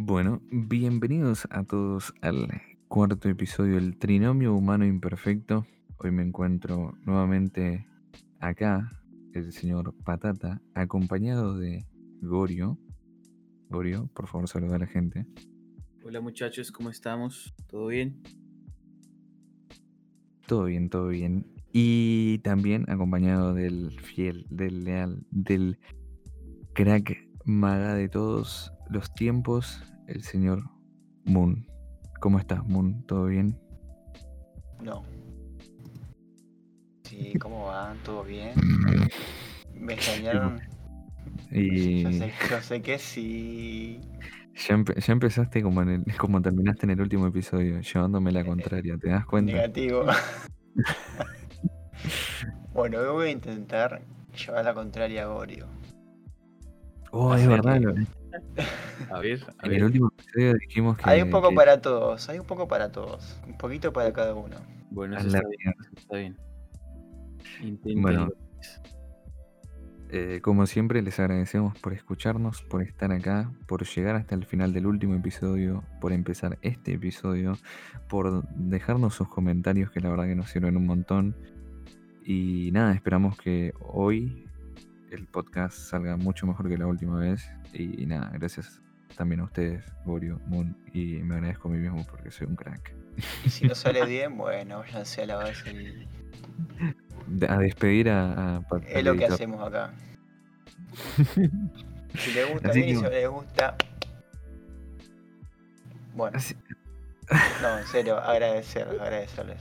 Bueno, bienvenidos a todos al cuarto episodio del Trinomio Humano Imperfecto. Hoy me encuentro nuevamente acá, el señor Patata, acompañado de Gorio. Gorio, por favor, saluda a la gente. Hola muchachos, ¿cómo estamos? ¿Todo bien? Todo bien, todo bien. Y también acompañado del fiel, del leal, del crack maga de todos los tiempos, el señor Moon. ¿Cómo estás, Moon? ¿Todo bien? No. Sí, ¿cómo van? ¿Todo bien? ¿Me extrañaron? Y Yo sé que sí. ya empezaste como terminaste en el último episodio, llevándome la contraria, ¿te das cuenta? Negativo. Bueno, hoy voy a intentar llevar la contraria a Gorio. Oh, es Así verdad, que A ver, en el último episodio dijimos hay un poco que para todos, hay un poco para todos. Un poquito para cada uno. Bueno, a eso la está bien, mierda. eso está bien. Bueno, Inténtenlo. como siempre les agradecemos por escucharnos, por estar acá, por llegar hasta el final del último episodio, por empezar este episodio, por dejarnos sus comentarios que la verdad que nos sirven un montón. Y nada, esperamos que hoy el podcast salga mucho mejor que la última vez. Y nada, gracias también a ustedes, Borio, Moon, y me agradezco a mí mismo porque soy un crack. Y si no sale bien, bueno, váyanse a la base y A despedir es al lo que editor. hacemos acá. Si les gusta Así bien y que, si no les gusta, bueno. así, No, en serio, agradecerles.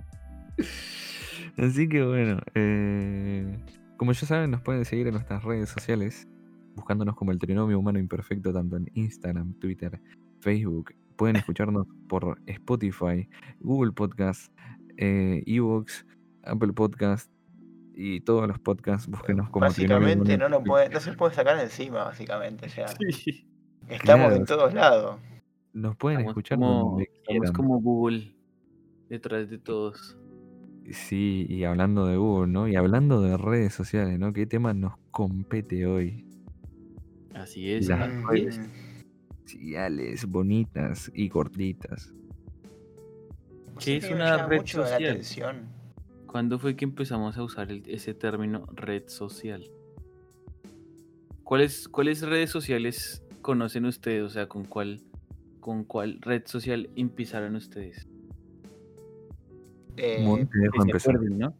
así que bueno, como ya saben, nos pueden seguir en nuestras redes sociales, buscándonos como el Trinomio Humano Imperfecto, tanto en Instagram, Twitter, Facebook. Pueden escucharnos por Spotify, Google Podcast, Evox, Apple Podcast y todos los podcasts. Búsquenos como Trinomio Humano Básicamente Imperfecto. no se puede sacar de encima, básicamente. O sea, Sí. estamos Claro, en todos lados. nos pueden escuchar donde Estamos quieran. como Google detrás de todos. Sí, y hablando de Google, ¿no? Y hablando de redes sociales, ¿no? ¿Qué tema nos compete hoy? Así es, Las así es. redes sociales bonitas y cortitas. ¿Qué ¿Sabes es que me una llama red mucho la social? atención? ¿Cuándo fue que empezamos a usar ese término red social? ¿Cuáles redes sociales conocen ustedes? O sea, ¿con cuál red social empezaron ustedes? Eh, Moon, te dejo Que se empezar. acuerden, ¿no?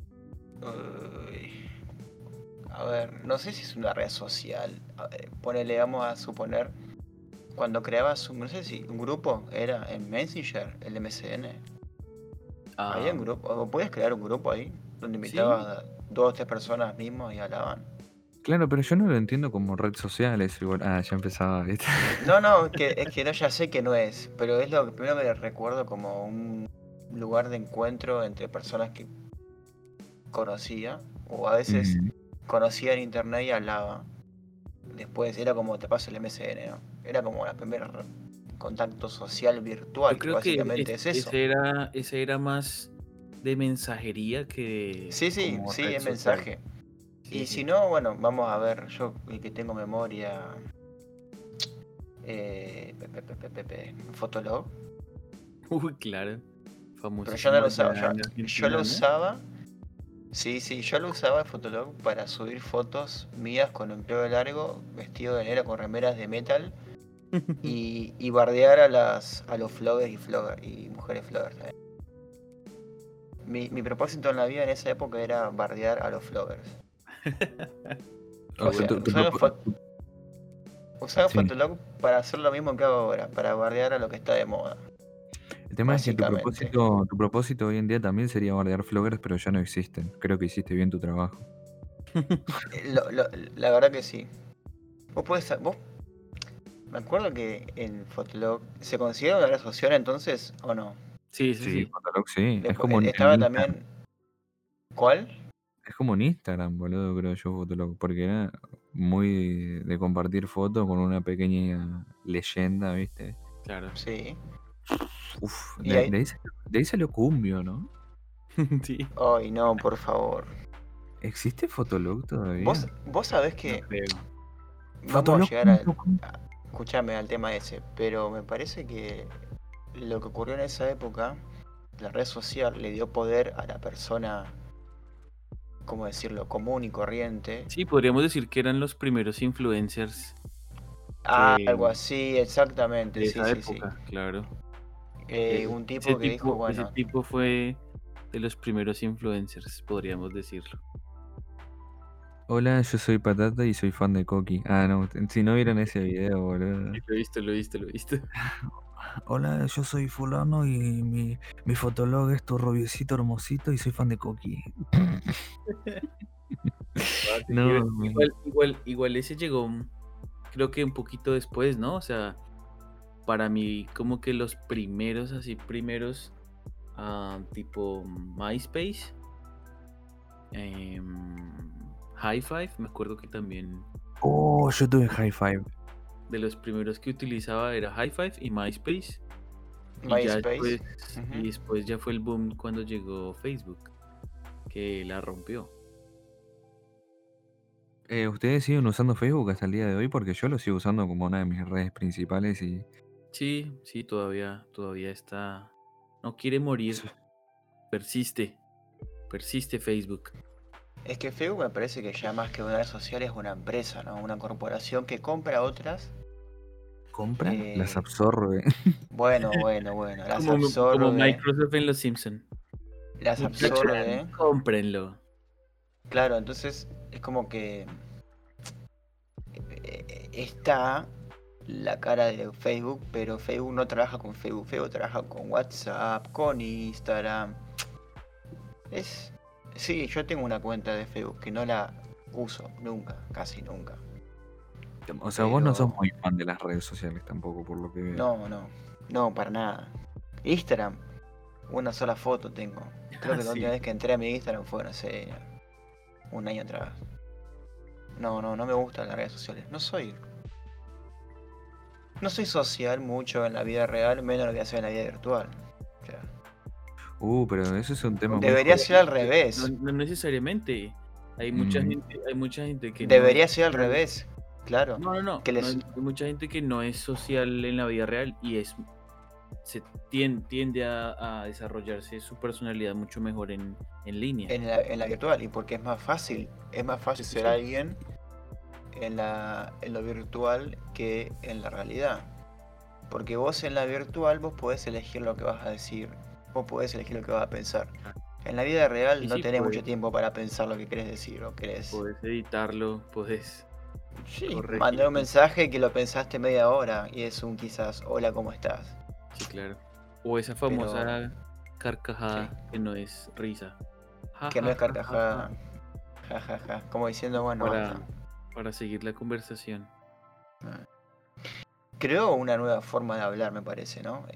uy, a ver, no sé si es una red social. Ponele, vamos a suponer, cuando creabas no sé si un grupo era en Messenger, el MSN. Había un grupo, o podías crear un grupo ahí, donde Sí, invitabas a 2 o 3 personas mismos y hablaban. Claro, pero yo no lo entiendo como red sociales. Igual. Ah, ya empezaba, ¿viste? No, es que no, ya sé que no es, pero es lo primero que recuerdo como un lugar de encuentro entre personas que conocía, o a veces Mm, conocía en internet y hablaba. Después era como te paso el MSN, ¿no? Era como la primer contacto social yo virtual, que creo que básicamente es eso. ese era más de mensajería que como Sí, red es social. mensaje. Sí, Y si sí. no, bueno, vamos a ver, yo el que tengo memoria, Fotolog, Uy, claro. pero yo no Famosísimo lo usaba, allá en yo lo Argentina, ¿no? usaba. Sí, yo lo usaba el Fotolog para subir fotos mías con un pelo largo, vestido de negro con remeras de metal y bardear a los floggers y mujeres floggers también. Mi propósito en la vida en esa época era bardear a los floggers. Qué O o sea, sea, bueno. usaba sí. Fotolog para hacer lo mismo que hago ahora, para bardear a lo que está de moda, El tema es que básicamente. tu propósito hoy en día también sería bardear floggers, pero ya no existen. Creo que hiciste bien tu trabajo. La verdad que sí. Vos, me acuerdo que en Fotolog se considera una red social entonces, ¿o no? Sí, sí, Sí, sí. Fotolog sí. Es Después, como en estaba Instagram. también. ¿Cuál? Es como en Instagram, boludo, creo yo, Fotolog. Porque era muy de compartir fotos con una pequeña leyenda, ¿viste? Claro. Sí. Uf, Y ahí. de ahí salió Cumbio, ¿no? Sí, Ay, no, por favor. ¿Existe Fotolog Vos, todavía? vos sabés no que creo. vamos a llegar al. Fotolog.com. escúchame al tema ese, pero me parece que lo que ocurrió en esa época, la red social le dio poder a la persona, ¿cómo decirlo?, común y corriente. Sí, podríamos decir que eran los primeros influencers Algo que así, exactamente, de sí, esa sí, sí. época, claro. Un Ese tipo que dijo, tipo, ese bueno, tipo fue de los primeros influencers, podríamos decirlo. Hola, yo soy Patata y soy fan de Coqui. Ah, no, si no vieron ese video, boludo. Sí, lo he visto, lo he visto, lo he visto. Hola, yo soy fulano y mi fotolog es tu rubiecito hermosito y soy fan de Coqui. No, Igual ese llegó, creo que un poquito después, ¿no? O sea, para mí como que los primeros, así primeros, tipo MySpace, High Five, me acuerdo que también oh, yo tuve High Five. de los primeros que utilizaba era High Five y MySpace. Y ya MySpace. después ya fue el boom cuando llegó Facebook, que la rompió. ¿Ustedes siguen usando Facebook hasta el día de hoy? Porque yo lo sigo usando como una de mis redes principales y Sí, todavía está. No quiere morir. Persiste Facebook. Es que Facebook me parece que ya más que una red social es una empresa, ¿no? Una corporación que compra otras. compra, las Eh, absorbe. bueno, las Como absorbe, Microsoft en Los Simpson. las Muchachos, absorbe. cómprenlo. Claro, entonces es como que está la cara de Facebook, pero Facebook no trabaja con Facebook, Facebook trabaja con WhatsApp, con Instagram. Sí, yo tengo una cuenta de Facebook que no la uso nunca, casi nunca. O sea, vos no sos Pero muy fan de las redes sociales tampoco, por lo que veo. no, para nada. Instagram, una sola foto tengo. Creo que la última Sí. vez que entré a mi Instagram fue, no sé, un año atrás. No me gustan las redes sociales. No soy social mucho en la vida real, menos lo voy a hacer en la vida virtual. O sea, Pero eso es un tema muy debería ser al jodido. revés. No necesariamente. Hay mucha gente que no es Debería ser al social. revés. Claro. No. Que Hay les... mucha gente que no es social en la vida real y tiende a desarrollarse su personalidad mucho mejor en línea. en la virtual. Y porque es más fácil. Es más fácil ser Sí. alguien en lo virtual que en la realidad. Porque vos en la virtual vos podés elegir lo que vas a decir. Vos podés elegir lo que vas a pensar. En la vida real Y no sí, tenés mucho tiempo para pensar lo que querés decir o querés. Podés editarlo, podés Sí, corregir. mandé un mensaje que lo pensaste media hora y es un quizás hola, ¿cómo estás? Sí, claro. O esa famosa carcajada Sí. que no es risa. Ja, Que no ja, es ja, carcajada. ja, Ja, ja, ja. Como diciendo, bueno, basta. para seguir la conversación. Creó una nueva forma de hablar, me parece, ¿no?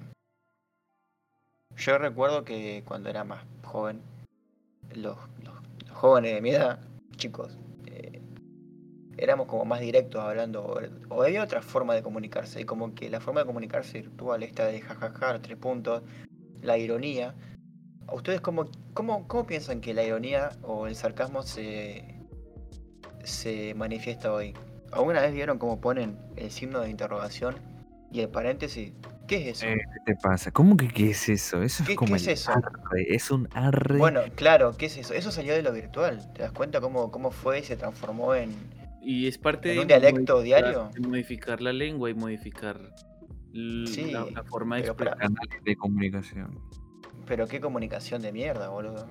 Yo recuerdo que cuando era más joven, los jóvenes de mi edad, chicos, éramos como más directos hablando, o había otra forma de comunicarse, y como que la forma de comunicarse virtual, esta de jajaja, los 3 puntos, la ironía. ¿Ustedes cómo piensan que la ironía o el sarcasmo se manifiesta hoy? ¿Alguna vez vieron cómo ponen el signo de interrogación y el paréntesis? ¿Qué es eso? ¿Qué te pasa? ¿Cómo que qué es eso? Eso es ¿Qué como es el eso? arre, es un arre. Bueno, claro, ¿qué es eso? Eso salió de lo virtual. ¿Te das cuenta cómo fue y se transformó en Y es parte un de dialecto diario? modificar la lengua y modificar Sí, la forma de pero expresar. Canales de comunicación. pero qué comunicación de mierda, boludo.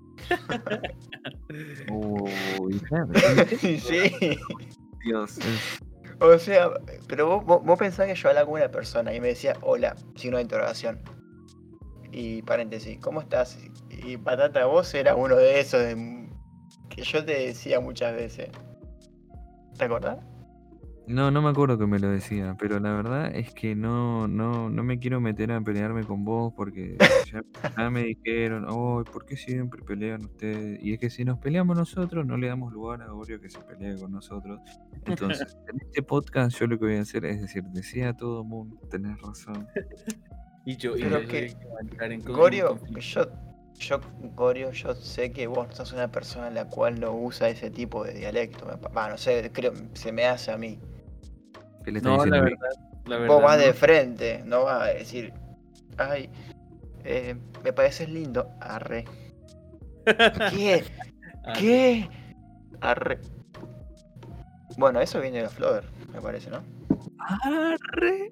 Uy, Sí. Dios. O sea, pero vos pensás que yo hablaba con una persona y me decía, hola, signo de interrogación. Y paréntesis, ¿cómo estás? Y patata, vos eras uno de esos que yo te decía muchas veces. ¿Te acordás? No me acuerdo que me lo decía, pero la verdad es que no me quiero meter a pelearme con vos porque ya me dijeron, oh, ¿por qué siempre pelean ustedes? Y es que si nos peleamos nosotros, no le damos lugar a Oreo que se pelee con nosotros. Entonces, en este podcast yo lo que voy a hacer es decir, decía a todo mundo, tenés razón. Y yo Pero soy que, el que va a entrar en Gorio, conflicto. Gorio, yo sé que vos sos una persona en la cual no usa ese tipo de dialecto. No sé, creo, se me hace a mí. ¿Qué le está No, diciendo? la Vos verdad vas de no. frente, no vas a decir, ay, me pareces lindo. Arre. ¿Qué? Arre. ¿Qué? Arre. Bueno, eso viene de los Flower, me parece, ¿no? ¡Arre!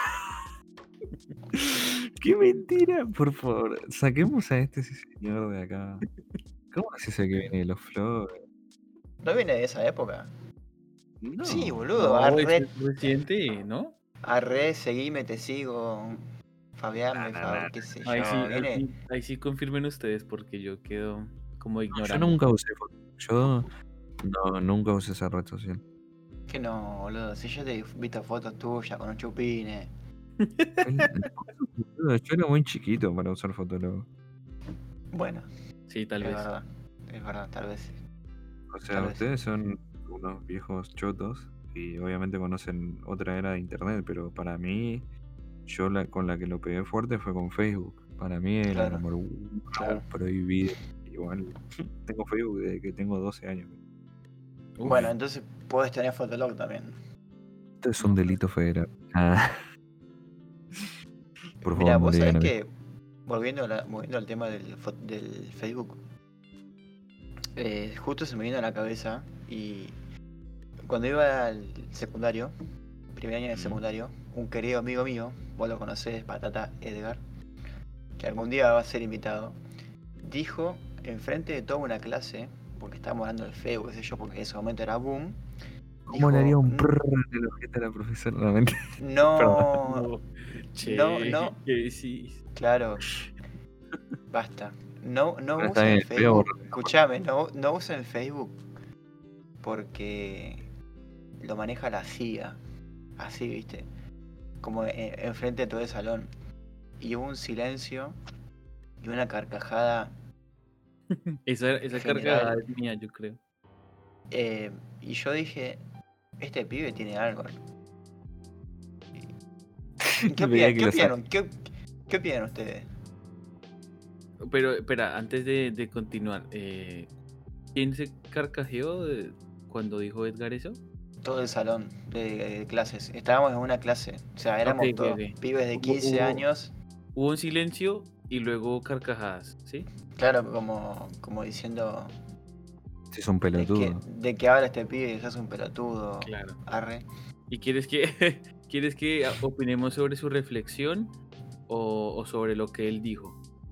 ¡Qué mentira! Por favor, saquemos a este señor de acá. ¿Cómo es ese que viene de los Flores? ¿No viene de esa época? No. Sí, boludo. No, eso Arre, es reciente, ¿no? arre, seguime, te sigo. Fabián, Nah, me nah, favor, nah. qué sé Ahí yo. sí, ahí Viene. sí, ahí sí confirmen ustedes porque yo quedo como Yo ignorante. nunca usé Yo nunca usé esa red social. Que no, boludo. Si yo te he visto fotos tuyas con un chupines. Yo era muy chiquito para usar Fotolog. Bueno, Sí, tal es vez. verdad. Es verdad, tal vez. O sea, Tal vez. ustedes son unos viejos chotos y obviamente conocen otra era de internet, pero para mí, con la que lo pegué fuerte fue con Facebook. Para mí era Claro, como claro. prohibido. Igual, tengo Facebook desde que tengo 12 años. Uf, Bueno, entonces puedes tener Fotolog también. Esto es un delito federal. Ah, por favor, Mira, no vos le sabés digan a mi- que, volviendo al tema del Facebook, justo se me vino a la cabeza y cuando iba al secundario, primer año de Ujú. secundario, un querido amigo mío, vos lo conocés, Patata Edgar, que algún día va a ser invitado, dijo enfrente de toda una clase, porque estábamos hablando del Facebook, qué sé yo, porque en ese momento era boom, ¿Cómo le haría dijo, un prrr en el ojete a la profesora? No, mentira. Perdón. no, No, no, che, no, ¿qué decís? claro, basta. No Bueno, está usen bien, voy a Facebook, borrar. escúchame, no usen Facebook porque lo maneja la CIA, así, viste, como enfrente de todo el salón. Y hubo un silencio y una carcajada Esa carcajada general. es mía, yo creo. Y yo dije, este pibe tiene algo. ¿Qué Veía opinan? que ¿Qué lo opinan? ¿Qué opinan ustedes? Pero, espera, antes de continuar, ¿quién se carcajeó cuando dijo Edgar eso? Todo el salón de clases. Estábamos en una clase. O sea, Ok, éramos ok, todos ok. pibes de 15 Hubo, años. hubo un silencio y luego carcajadas, ¿sí? Claro, como diciendo, Sí, es un pelotudo. ¿de qué habla este pibe? Sos un pelotudo. Claro. Arre. ¿Y quieres que, quieres que opinemos sobre su reflexión o sobre lo que él dijo?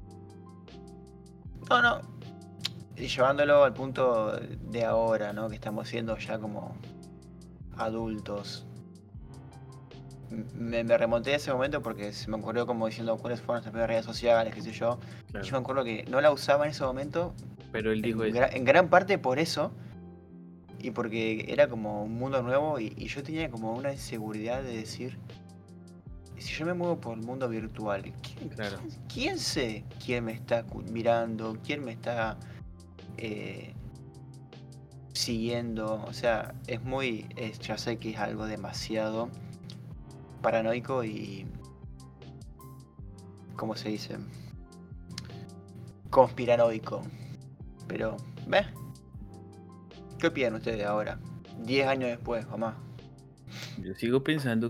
No. Y llevándolo al punto de ahora, ¿no? Que estamos siendo ya como adultos. Me remonté a ese momento porque se me ocurrió como diciendo cuáles fueron nuestras primeras redes sociales, qué sé yo. Y Claro. yo me acuerdo que no la usaba en ese momento, Pero él dijo eso. en gran parte por eso, y porque era como un mundo nuevo y yo tenía como una inseguridad de decir, si yo me muevo por el mundo virtual, Claro. ¿quién sé quién me está mirando? ¿Quién me está siguiendo? O sea, ya sé que es algo demasiado paranoico y, ¿cómo se dice? Conspiranoico. Pero, ¿ves? ¿Qué opinan ustedes ahora? 10 años después o más. Yo sigo pensando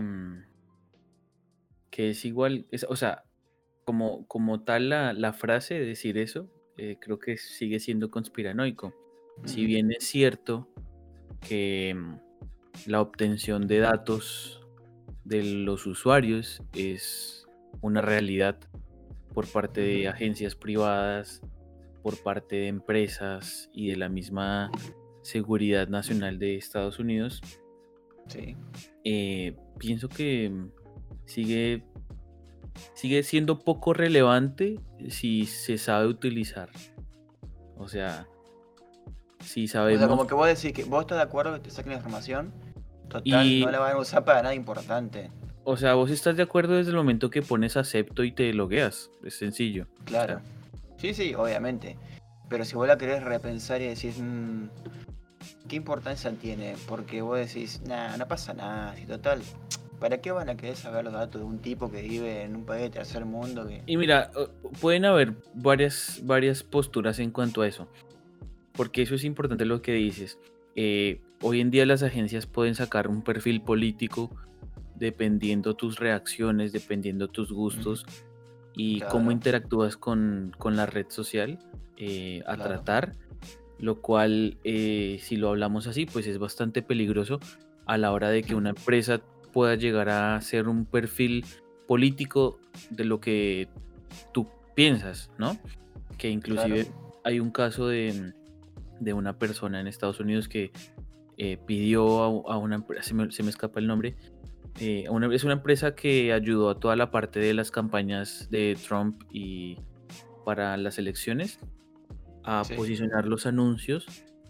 que es igual, o sea, como tal la frase de decir eso, creo que sigue siendo conspiranoico. Si bien es cierto que la obtención de datos de los usuarios es una realidad por parte de agencias privadas, por parte de empresas y de la misma Seguridad Nacional de Estados Unidos, Sí. pienso que sigue siendo poco relevante si se sabe utilizar. O sea, si O sea, sabemos... como que vos decís que vos estás de acuerdo que te saquen la información. Total, no Y, la van a usar para nada importante. o sea, vos estás de acuerdo desde el momento que pones acepto y te logueas. Es sencillo. Claro. O sea, Sí, obviamente. Pero si vos la querés repensar y decís, ¿qué importancia tiene? Porque vos decís, nah, no pasa nada. Si total, ¿para qué van a querer saber los datos de un tipo que vive en un país de tercer mundo? y mira, pueden haber varias posturas en cuanto a eso. Porque eso es importante lo que dices. hoy en día las agencias pueden sacar un perfil político dependiendo tus reacciones, dependiendo tus gustos y cómo Claro, interactúas con la red social a claro. tratar, lo cual, si lo hablamos así, pues es bastante peligroso a la hora de que una empresa pueda llegar a ser un perfil político de lo que tú piensas, ¿no? Que Claro. inclusive hay un caso de una persona en Estados Unidos que pidió a una empresa, se me escapa el nombre, es una empresa que ayudó a toda la parte de las campañas de Trump y para las elecciones a Sí. posicionar los anuncios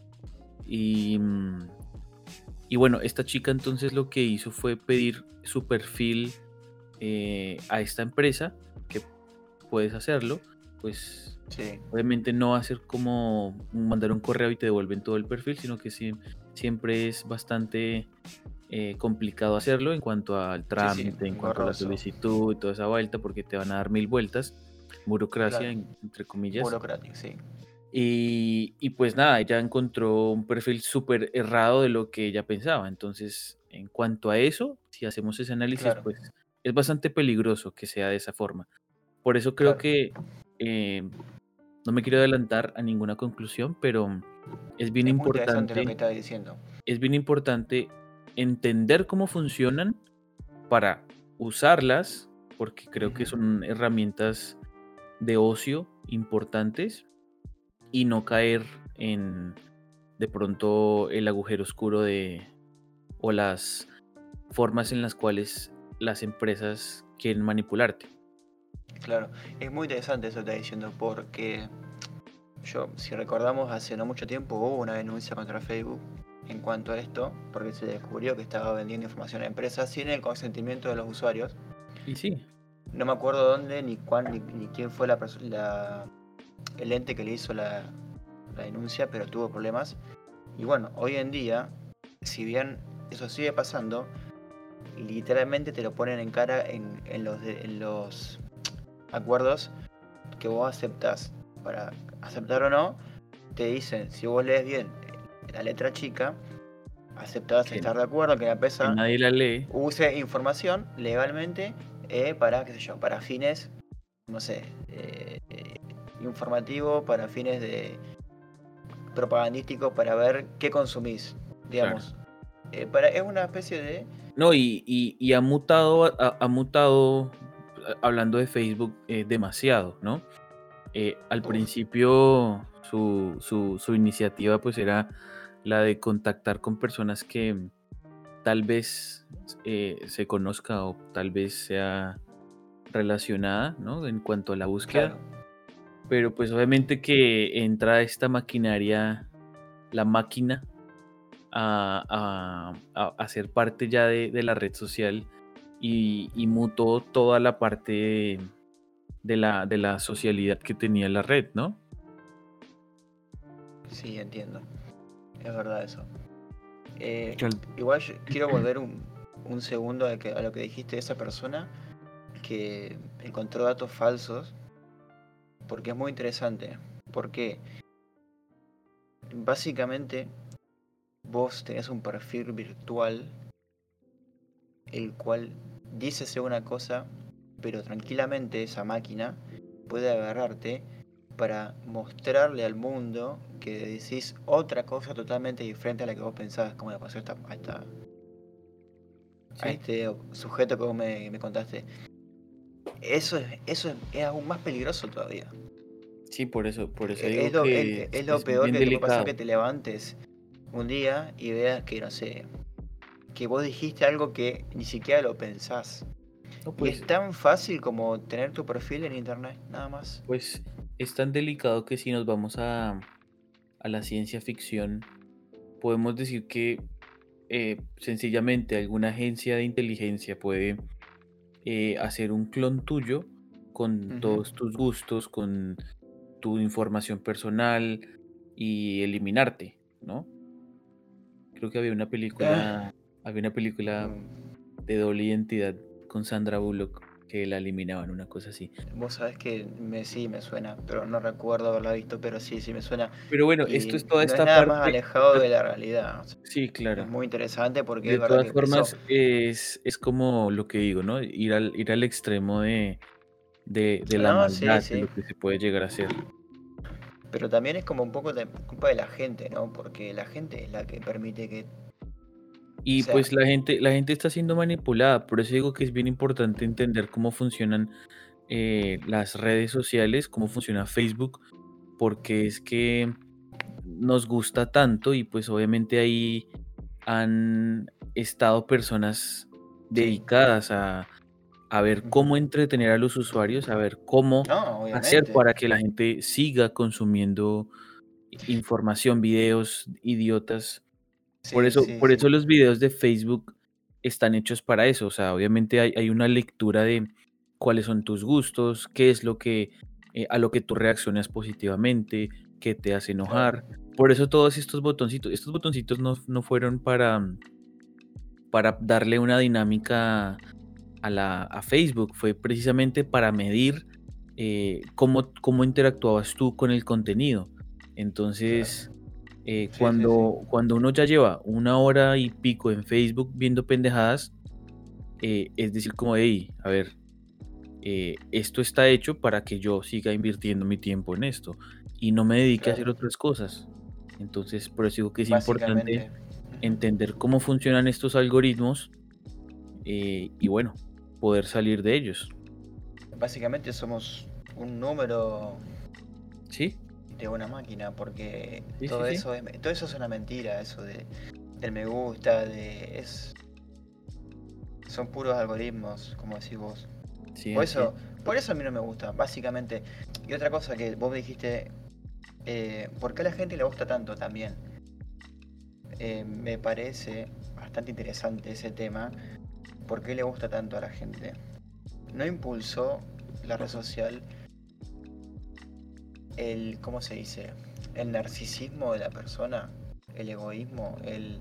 y, y bueno, esta chica entonces lo que hizo fue pedir su perfil a esta empresa, que puedes hacerlo, pues Sí. obviamente no hacer como mandar un correo y te devuelven todo el perfil, sino que siempre es bastante complicado hacerlo en cuanto al Sí, sí. trámite, en cuanto a la Engorroso. solicitud y toda esa vuelta, porque te van a dar mil vueltas, burocracia, Claro. entre comillas. Burocrático, sí. Y pues nada, ella encontró un perfil súper errado de lo que ella pensaba. Entonces, en cuanto a eso, si hacemos ese análisis, Claro, pues es bastante peligroso que sea de esa forma. Por eso creo claro. que eh, no me quiero adelantar a ninguna conclusión, pero es bien Es muy interesante lo que importante, estás diciendo. es bien importante entender cómo funcionan para usarlas, porque creo que Ujú. son herramientas de ocio importantes y no caer en de pronto el agujero oscuro o las formas en las cuales las empresas quieren manipularte. Claro. Es muy interesante eso que estás diciendo porque si recordamos, hace no mucho tiempo hubo una denuncia contra Facebook en cuanto a esto, porque se descubrió que estaba vendiendo información a empresas sin el consentimiento de los usuarios. Y sí, No me acuerdo dónde, ni cuán, ni quién fue el ente que le hizo la denuncia, pero tuvo problemas. Y bueno, hoy en día, si bien eso sigue pasando, literalmente te lo ponen en cara en los acuerdos que vos aceptás. Para aceptar o no, te dicen, si vos lees bien la letra chica, aceptás que, estar de acuerdo que la que empresa nadie la lee. use información legalmente para, qué sé yo, para fines, no sé, informativo, para fines de propagandísticos, para ver qué consumís, Claro. digamos. Es una especie de... No, y ha mutado, hablando de Facebook, demasiado, ¿no? Al Uf, principio su iniciativa pues era la de contactar con personas que tal vez se conozca o tal vez sea relacionada, ¿no? En cuanto a la búsqueda, claro, pero pues obviamente que entra esta maquinaria, la máquina, a ser parte ya de la red social y mutó toda la parte de la socialidad que tenía la red, ¿no? sí, entiendo. Es verdad eso. Eh, Que al- igual yo quiero volver un segundo a lo que dijiste de esa persona que encontró datos falsos, porque es muy interesante. Porque básicamente vos tenés un perfil virtual el cual dice ser una cosa, pero tranquilamente esa máquina puede agarrarte para mostrarle al mundo que decís otra cosa totalmente diferente a la que vos pensabas, como le pasó a Sí, este sujeto que vos me contaste. Es aún más peligroso todavía. sí, por eso Es digo lo, que es lo es peor bien que te puede pasar, delicado. que te levantes un día y veas que, no sé, que vos dijiste algo que ni siquiera lo pensás. No, Y es pues, tan fácil como tener tu perfil en internet, nada más. pues es tan delicado que si nos vamos a la ciencia ficción, podemos decir que sencillamente alguna agencia de inteligencia puede hacer un clon tuyo con Ujú. todos tus gustos, con tu información personal y eliminarte, ¿no? Creo que Ah, había una película mm, de doble identidad con Sandra Bullock la eliminaban, una cosa así. Vos sabés que sí me suena, pero no recuerdo haberla visto, pero sí me suena. Pero bueno, esto Y es toda no es esta nada más parte. alejado de la realidad. O sea, Sí, es claro. muy interesante porque es De verdad todas que eso, formas, es como lo que digo, ¿no? Ir al extremo de la no, sí, maldad, de sí. lo que se puede llegar a hacer. Pero también es como un poco de culpa de la gente, ¿no? Porque la gente es la que permite que, o Y sea, pues la gente está siendo manipulada, por eso digo que es bien importante entender cómo funcionan las redes sociales, cómo funciona Facebook, porque es que nos gusta tanto y pues obviamente ahí han estado personas sí. dedicadas a ver Ujú. cómo entretener a los usuarios, a ver cómo No, hacer obviamente. para que la gente siga consumiendo información, videos idiotas. Sí, sí, Por sí. eso los videos de Facebook están hechos para eso. O sea, obviamente hay una lectura de cuáles son tus gustos, qué es lo que a lo que tú reaccionas positivamente, qué te hace Claro. enojar. Por eso todos estos botoncitos no fueron para darle una dinámica a Facebook, fue precisamente para medir cómo interactuabas tú con el contenido. Claro. Entonces, Sí, sí, sí. cuando uno ya lleva 1 hora y pico en Facebook viendo pendejadas, es decir, como, hey, a ver, esto está hecho para que yo siga invirtiendo mi tiempo en esto y no me dedique a hacer Claro. otras cosas. Entonces, por eso digo que es importante Básicamente. Ujú. entender cómo funcionan estos algoritmos y bueno, poder salir de ellos. Básicamente somos un número ¿Sí? de una máquina, porque Sí, sí, sí. todo eso es una mentira, eso del me gusta, son puros algoritmos, como decís vos. Sí, Por así es. eso, por eso a mí no me gusta, básicamente. Y otra cosa que vos me dijiste, ¿por qué a la gente le gusta tanto también? Me parece bastante interesante ese tema. ¿Por qué le gusta tanto a la gente? ¿No impulsó la red social ¿cómo se dice? El narcisismo de la persona, el egoísmo,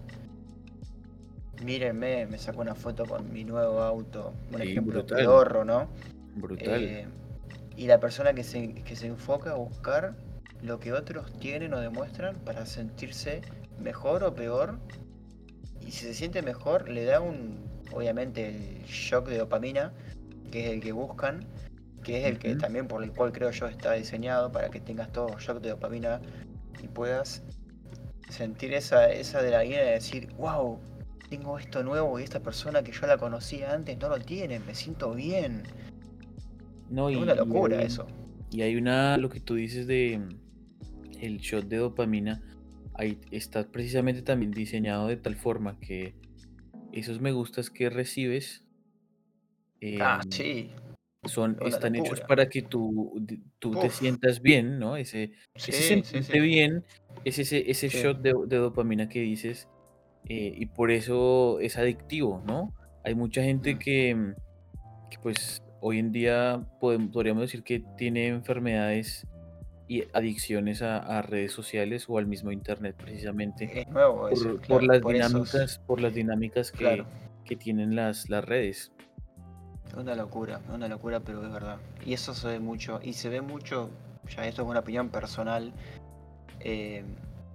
mírenme, me saco una foto con mi nuevo auto, un Sí, ejemplo brutal, pedorro, ¿no? brutal. Eh, y la persona que se enfoca a buscar lo que otros tienen o demuestran para sentirse mejor o peor, y si se siente mejor le da obviamente el shock de dopamina, que es el que buscan, que es el que Ujú. también por el cual creo yo está diseñado para que tengas todo shock de dopamina y puedas sentir esa adrenalina de decir, wow, tengo esto nuevo y esta persona que yo la conocía antes no lo tiene, me siento bien. No, Es una locura eso. y hay lo que tú dices de el shot de dopamina, ahí está precisamente también diseñado de tal forma que esos me gustas que recibes Ah, em, sí, es una están hechos locura. para que tú te Uf, sientas bien, ¿no? Ese sí, sí, sentirte sí, bien es ese sí. shot de dopamina que dices, y por eso es adictivo, ¿no? Hay mucha gente Mm. que pues hoy en día podríamos decir que tiene enfermedades y adicciones a redes sociales o al mismo internet precisamente Es nuevo eso, por claro. Por eso por las dinámicas claro, que tienen las redes. es una locura, pero es verdad. Y eso se ve mucho, y se ve mucho, ya esto es una opinión personal, eh,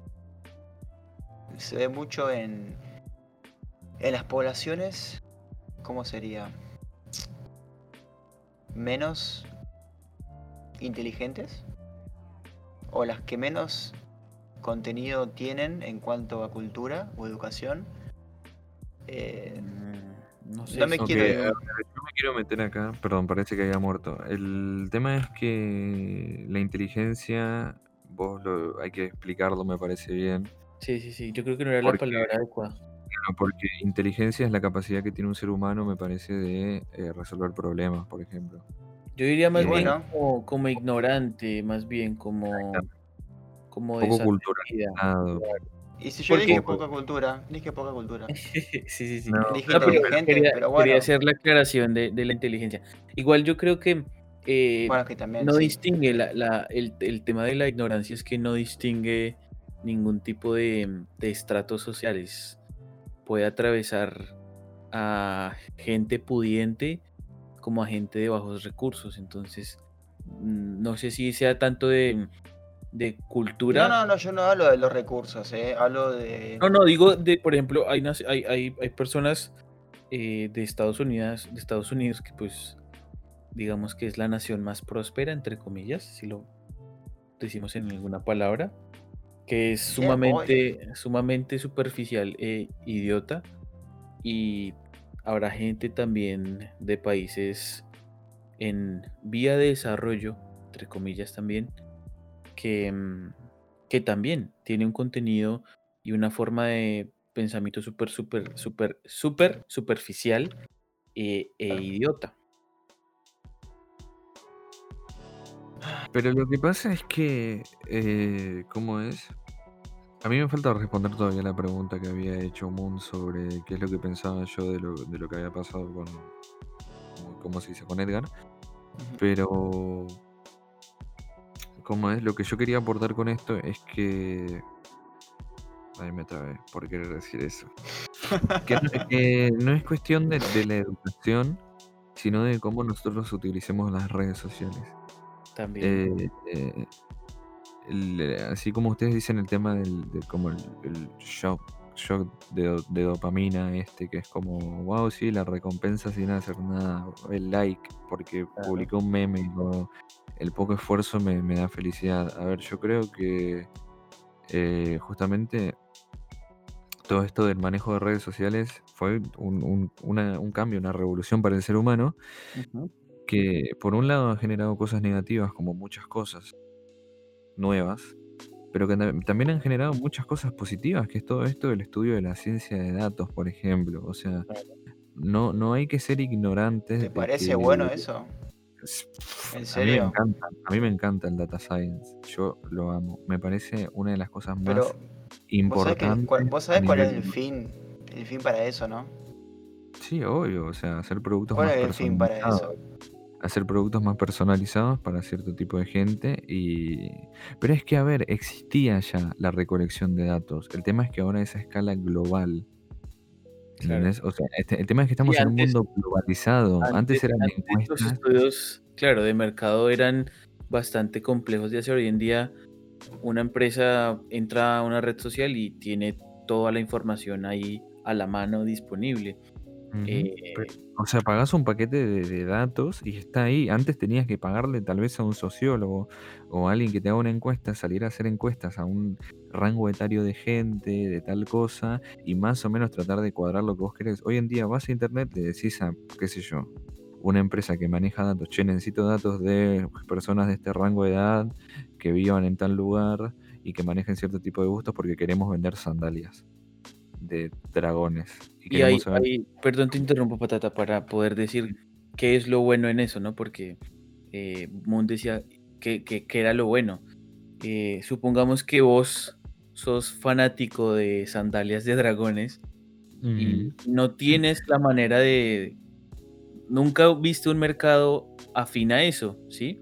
se ve mucho en las poblaciones, ¿cómo sería? Menos inteligentes o las que menos contenido tienen en cuanto a cultura o educación. Eh, No no sé me Ok, quiero a ir ver, yo me quiero meter acá, perdón, parece que había muerto. El tema es que la inteligencia, hay que explicarlo, me parece bien, sí, sí, sí, yo creo que no era la porque, palabra adecuada. porque inteligencia es la capacidad que tiene un ser humano, me parece, de resolver problemas, por ejemplo. Yo diría y más bien bueno, como ignorante, más bien como Poco desaprendida. culturalizado, y si yo dije Porque, poco... poca cultura, dije poca cultura. sí, sí, sí. No, Dije No, pero inteligente, pero quería bueno, hacer la aclaración de la inteligencia. Igual yo creo que bueno, es que también no sí. distingue el tema de la ignorancia es que no distingue ningún tipo de estratos sociales. Puede atravesar a gente pudiente como a gente de bajos recursos. Entonces, no sé si sea tanto de No, cultura. no, yo no hablo de los recursos, hablo de... No, digo por ejemplo, hay personas de Estados Unidos que pues digamos que es la nación más próspera, entre comillas, si lo decimos en alguna palabra, que es Yeah, boy. sumamente superficial e idiota. Y habrá gente también de países en vía de desarrollo, entre comillas también, que, que también tiene un contenido y una forma de pensamiento súper superficial e idiota. Pero lo que pasa es que, ¿cómo es? A mí me falta responder todavía la pregunta que había hecho Moon sobre qué es lo que pensaba yo de lo que había pasado con, ¿cómo se dice? Con Edgar. Pero, ¿cómo es? Lo que yo quería aportar con esto es que... Ahí me trabé por querer decir eso. Que no es cuestión de la educación, sino de cómo nosotros utilicemos las redes sociales. También. Así como ustedes dicen el tema como el shock de dopamina, que es como, wow, sí, la recompensa sin hacer nada, el like, porque Claro. publiqué un meme o el poco esfuerzo me da felicidad. A ver, yo creo que justamente todo esto del manejo de redes sociales fue un cambio, una revolución para el ser humano, Ujú. que por un lado ha generado cosas negativas como muchas cosas nuevas, pero que también han generado muchas cosas positivas, que es todo esto del estudio de la ciencia de datos, por ejemplo. O sea, no hay que ser ignorantes ¿Te de parece que... bueno eso? ¿En A mí me serio? encanta el data science, yo lo amo, me parece una de las cosas Pero, más importantes ¿vos a sabés cuál es nivel... el fin para eso, ¿no? Sí, obvio, o sea, hacer productos ¿Cuál más es el fin para eso? hacer productos más personalizados para cierto tipo de gente pero es que, a ver, existía ya la recolección de datos. El tema es que ahora es a escala global. Claro. ¿Entendés? O sea, el tema es que Y estamos en un mundo globalizado. Antes eran antes los encuestas. estudios, claro, de mercado eran bastante complejos de hacer. Hoy en día una empresa entra a una red social y tiene toda la información ahí a la mano disponible. Ujú. Eh, O sea, pagás un paquete de datos y está ahí. Antes tenías que pagarle tal vez a un sociólogo o a alguien que te haga una encuesta, salir a hacer encuestas a un rango etario de gente, de tal cosa, y más o menos tratar de cuadrar lo que vos querés. Hoy en día vas a internet, le decís a, qué sé yo, una empresa que maneja datos, che, necesito datos de personas de este rango de edad que vivan en tal lugar y que manejen cierto tipo de gustos porque queremos vender sandalias de dragones. Y y queremos saber... perdón, te interrumpo, Patata, para poder decir qué es lo bueno en eso, ¿no? Porque Moon decía que era lo bueno. Supongamos que vos sos fanático de sandalias de dragones y Ujú. no tienes la manera de... Nunca viste un mercado afín a eso, ¿sí?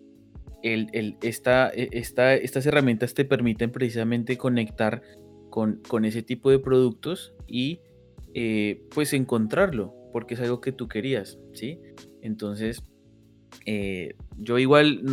Estas herramientas te permiten precisamente conectar con ese tipo de productos y pues encontrarlo, porque es algo que tú querías, ¿sí? Entonces, yo igual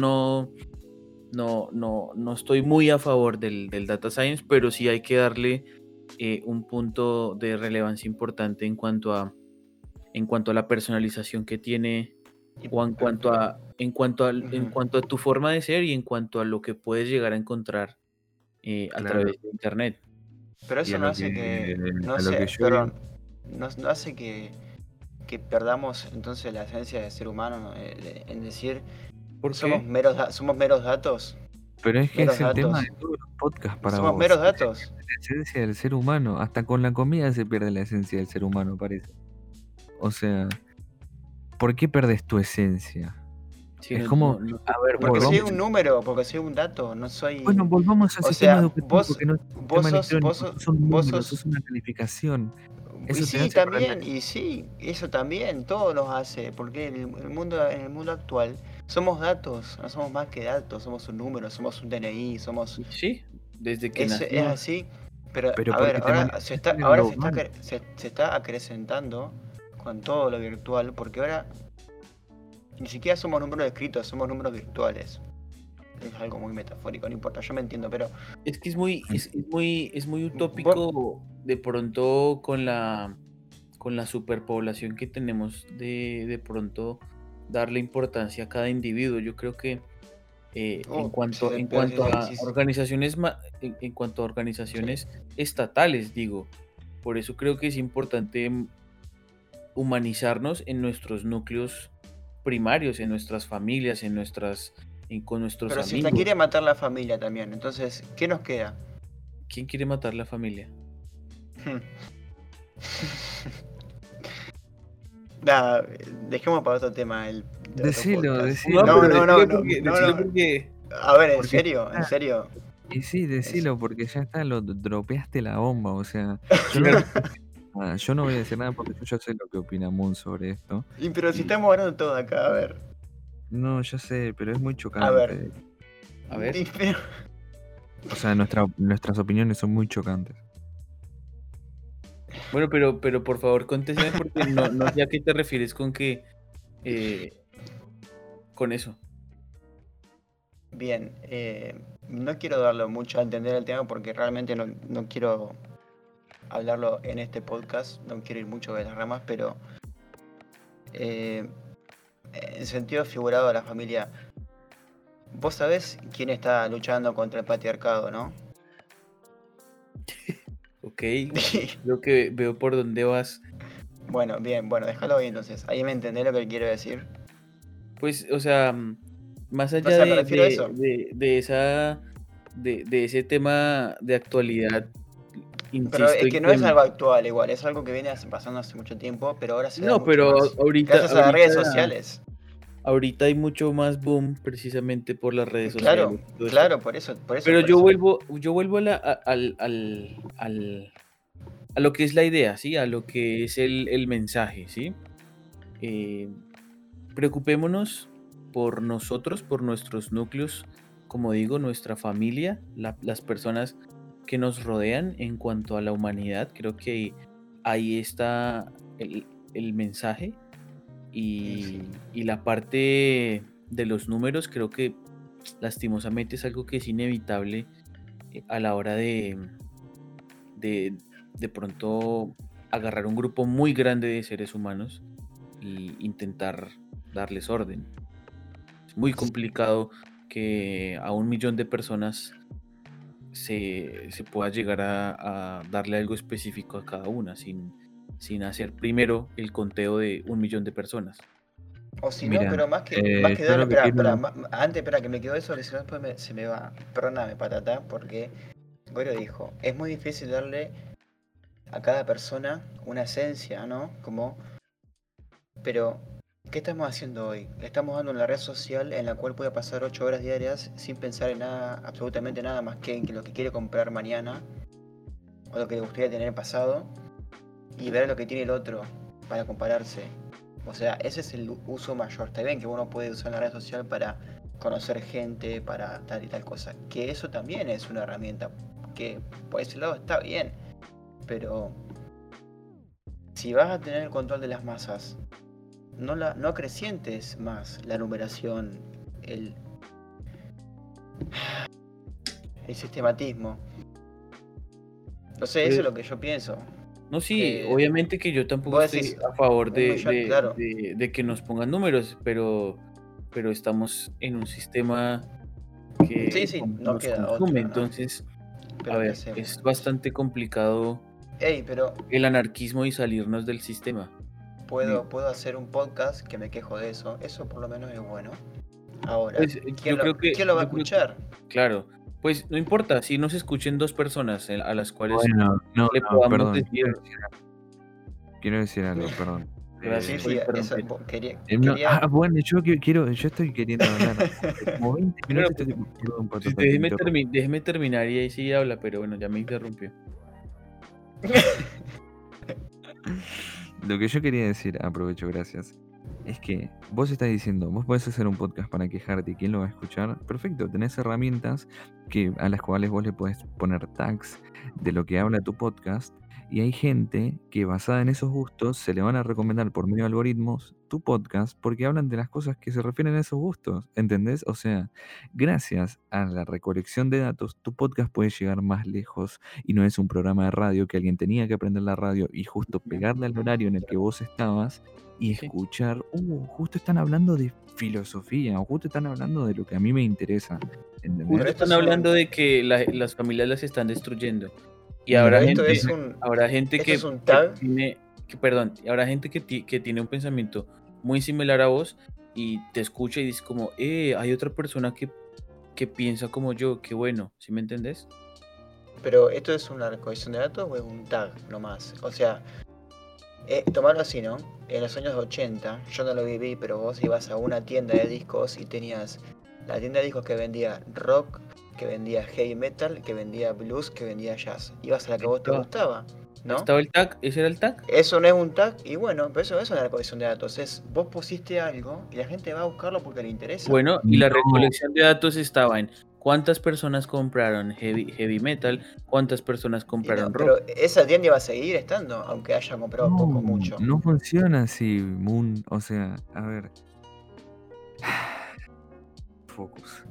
no estoy muy a favor del data science, pero sí hay que darle un punto de relevancia importante en cuanto a la personalización que tiene o en Ujú. cuanto a tu forma de ser y en cuanto a lo que puedes llegar a encontrar a Claro. través de internet. Pero Y eso no hace que, no a lo que sé, yo iba... perdón, no hace que perdamos entonces la esencia del ser humano, ¿no? En decir, ¿Por qué? somos meros datos, Pero es que meros es el tema de datos, todos los podcasts para somos meros vos. datos. La esencia del ser humano. Hasta con la comida se pierde la esencia del ser humano, parece. O sea, ¿por qué perdes tu esencia? Sí, Es como, a ver, Porque soy volvamos, un número, porque soy un dato, no bueno, soy... volvamos al O sistema sea, educativo, que no es un sistema electrónico, sos un vos número, sos sos... una calificación. Y Eso te sí, hace perder también, y sí, eso también, todo nos hace, porque en el mundo actual somos datos, no somos más que datos, somos un número, somos un DNI, somos... sí, desde que Es nacimos. así, pero pero a ver, porque te manejas a escala ahora global. se está acrecentando con todo lo virtual, porque ahora Ni siquiera somos números escritos, somos números virtuales. Es algo muy metafórico, no importa, yo me entiendo, pero Es que es muy vos, utópico de pronto con la superpoblación que tenemos de pronto darle importancia a cada individuo. Yo creo que en cuanto en pero cuanto a si- organizaciones en cuanto a sí. organizaciones estatales, digo, por eso creo que es importante humanizarnos en nuestros núcleos primarios, en nuestras familias, con nuestros Pero si te amigos. quiere matar la familia también, entonces, ¿qué nos queda? ¿Quién quiere matar la familia? Nada, dejemos para otro tema el otro Decilo, podcast. decilo. No, No, pero no, decilo porque A ver, en Porque serio, en ya serio. y sí, decilo, porque ya está, lo dropeaste la bomba, o sea, yo no claro, voy a decir nada, yo no voy a decir nada porque yo ya sé lo que opina Moon sobre esto. Pero si Y estamos hablando todo acá, a ver. no, ya sé, pero es muy A ver. chocante. a ver. Pero- O sea, nuestras opiniones son muy chocantes. Bueno, pero por favor contéstame porque no sé a qué te refieres con que con eso. Bien, no quiero darlo mucho a entender el tema porque realmente no quiero hablarlo en este podcast, no quiero ir mucho de las ramas, pero en sentido figurado de la familia, vos sabés quién está luchando contra el patriarcado, ¿no? Ok, creo que veo por dónde vas. Bueno, bien, bueno, déjalo ahí entonces. Ahí me entendés lo que quiero decir. Pues, o sea, más O allá sea, me refiero a eso. de ese tema de actualidad, Pero insisto es que en no es que algo actual igual, es algo que viene pasando hace mucho tiempo, pero ahora se da no, mucho pero más. Gracias a las redes sociales. ahorita hay mucho más boom precisamente por las redes Claro, sociales. Todo esto. claro, por eso. Pero por yo eso. vuelvo a lo que es la idea, ¿sí? A lo que es el mensaje, ¿sí? Preocupémonos por nosotros, por nuestros núcleos, como digo, nuestra familia, las personas que nos rodean en cuanto a la humanidad. Creo que ahí está el mensaje y la parte de los números, creo que lastimosamente es algo que es inevitable a la hora de pronto agarrar un grupo muy grande de seres humanos e intentar darles orden. Es muy complicado que a 1 millón de personas se pueda llegar a darle algo específico a cada una sin hacer primero el conteo de 1 millón de personas. O si no, Mira, pero más que yo darle, lo que espera, quiero... antes, espera, que me quedó eso, si no después se me va. Perdóname, patata, porque Gorio dijo, es muy difícil darle a cada persona una esencia, ¿no? Como, pero, ¿qué estamos haciendo hoy? Le estamos dando una red social en la cual puede pasar 8 horas diarias sin pensar en nada, absolutamente nada más que en lo que quiere comprar mañana o lo que le gustaría tener pasado y ver lo que tiene el otro para compararse. O sea, ese es el uso mayor. Está bien que uno puede usar la red social para conocer gente, para tal y tal cosa. Que eso también es una herramienta que por ese lado está bien. Pero si vas a tener el control de las masas, no acrecientes más la numeración, el sistematismo. No sé, eso es lo que yo pienso. No, sí, Eh, obviamente que yo tampoco vos estoy decís, a favor 1 millón, claro. de que nos pongan números, pero estamos en un sistema que Sí, no nos queda consume, otra, ¿no? entonces, Pero a ¿qué ver, hacemos es entonces? bastante complicado Ey, pero el anarquismo y salirnos del sistema. Digo, puedo hacer un podcast que me quejo de eso. Eso por lo menos es bueno. Ahora, pues ¿quién lo va a escuchar? claro, pues no importa, si nos escuchen 2 personas a las cuales Bueno, no, le podamos perdón, decir, quiero decir algo, perdón. gracias por Sí, eso interrumpir. quería. Bueno, yo estoy queriendo hablar. Hace como 20 Bueno, minutos pues, estoy... Perdón, pues, Patata, te interrumpo. déjeme terminar y ahí sí habla, pero bueno, ya me interrumpió. Lo que yo quería decir, aprovecho, gracias, es que vos estás diciendo, vos podés hacer un podcast para quejarte y quién lo va a escuchar. Perfecto, tenés herramientas a las cuales vos le podés poner tags de lo que habla tu podcast y hay gente que basada en esos gustos se le van a recomendar por medio de algoritmos tu podcast porque hablan de las cosas que se refieren a esos gustos, ¿entendés? O sea, gracias a la recolección de datos, tu podcast puede llegar más lejos y no es un programa de radio que alguien tenía que aprender la radio y justo pegarle al horario en el que vos estabas y Sí. escuchar, justo están hablando de filosofía o justo están hablando de lo que a mí me interesa, Justo ¿entendés? Pero están hablando de que las familias las están destruyendo. Y Pero habrá esto gente, es un, habrá gente esto que, es un que tag. tiene, perdón, habrá gente que tiene un pensamiento muy similar a vos y te escucha y dice como, hay otra persona que piensa como yo, qué bueno, ¿sí me entendés? Pero esto es una recolección de datos o es un tag nomás. O sea, tomarlo así, ¿no? En los años 80, yo no lo viví, pero vos ibas a una tienda de discos y tenías la tienda de discos que vendía rock, que vendía heavy metal, que vendía blues, que vendía jazz. Ibas a la que a vos te Estaba- gustaba, ¿no? ¿Estaba el tag? ¿Ese era el tag? Eso no es un tag y bueno, pero eso es una recolección de datos. Es vos pusiste algo y la gente va a buscarlo porque le interesa. Bueno, y la No. recolección de datos estaba en cuántas personas compraron heavy metal, cuántas personas Y compraron no, rock. pero esa tienda va a seguir estando, aunque haya comprado poco o mucho. No funciona así, Moon. O sea, a ver. Focus.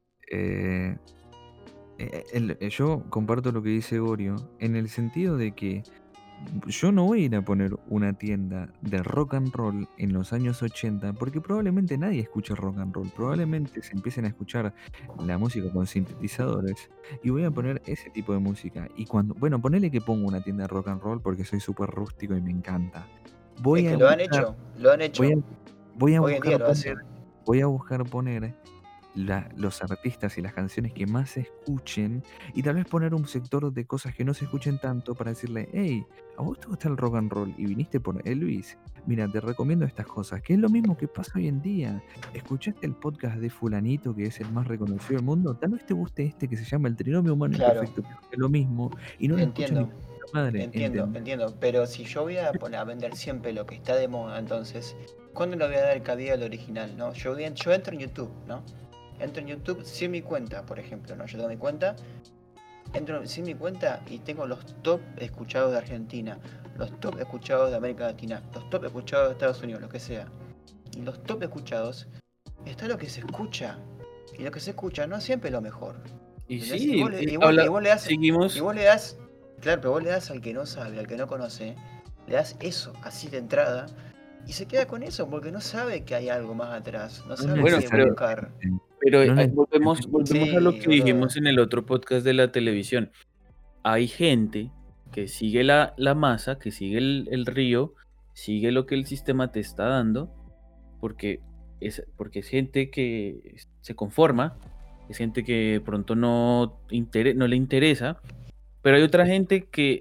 Yo comparto lo que dice Gorio en el sentido de que yo no voy a ir a poner una tienda de rock and roll en los años 80 porque probablemente nadie escuche rock and roll. Probablemente se empiecen a escuchar la música con sintetizadores y voy a poner ese tipo de música. Y cuando, bueno, ponele que pongo una tienda de rock and roll porque soy súper rústico y me encanta. Voy Es a que lo han buscar, hecho, lo han hecho. voy a Hoy en día buscar lo hacen. voy a buscar poner los artistas y las canciones que más se escuchen y tal vez poner un sector de cosas que no se escuchen tanto para decirle, hey, ¿a vos te gusta el rock and roll y viniste por Elvis? Mira, te recomiendo estas cosas, que es lo mismo que pasa hoy en día. ¿Escuchaste el podcast de fulanito que es el más reconocido del mundo? Tal vez te guste este que se llama El Trinomio Humano Claro. Imperfecto, que es lo mismo y no lo escucha ni Entiendo, puta madre. entiendo. Pero si yo voy a poner a vender siempre lo que está de moda, entonces, ¿cuándo le voy a dar cabida al original, no? Yo entro en YouTube, ¿no? Entro en YouTube sin mi cuenta, por ejemplo, ¿no? Yo tengo mi cuenta, entro sin mi cuenta y tengo los top escuchados de Argentina, los top escuchados de América Latina, los top escuchados de Estados Unidos, lo que sea. Y los top escuchados está lo que se escucha. Y lo que se escucha no es siempre lo mejor. Y ¿Entendés? sí, y vos le das, seguimos. y vos le das, claro, pero vos le das al que no sabe, al que no conoce, le das eso así de entrada y se queda con eso porque no sabe que hay algo más atrás, no sabe Bueno, qué pero- buscar. Pero No volvemos Sí, a lo que boludo. dijimos en el otro podcast de la televisión. Hay gente que sigue la masa, que sigue el río, sigue lo que el sistema te está dando, porque es gente que se conforma, es gente que de pronto no le interesa, pero hay otra gente que,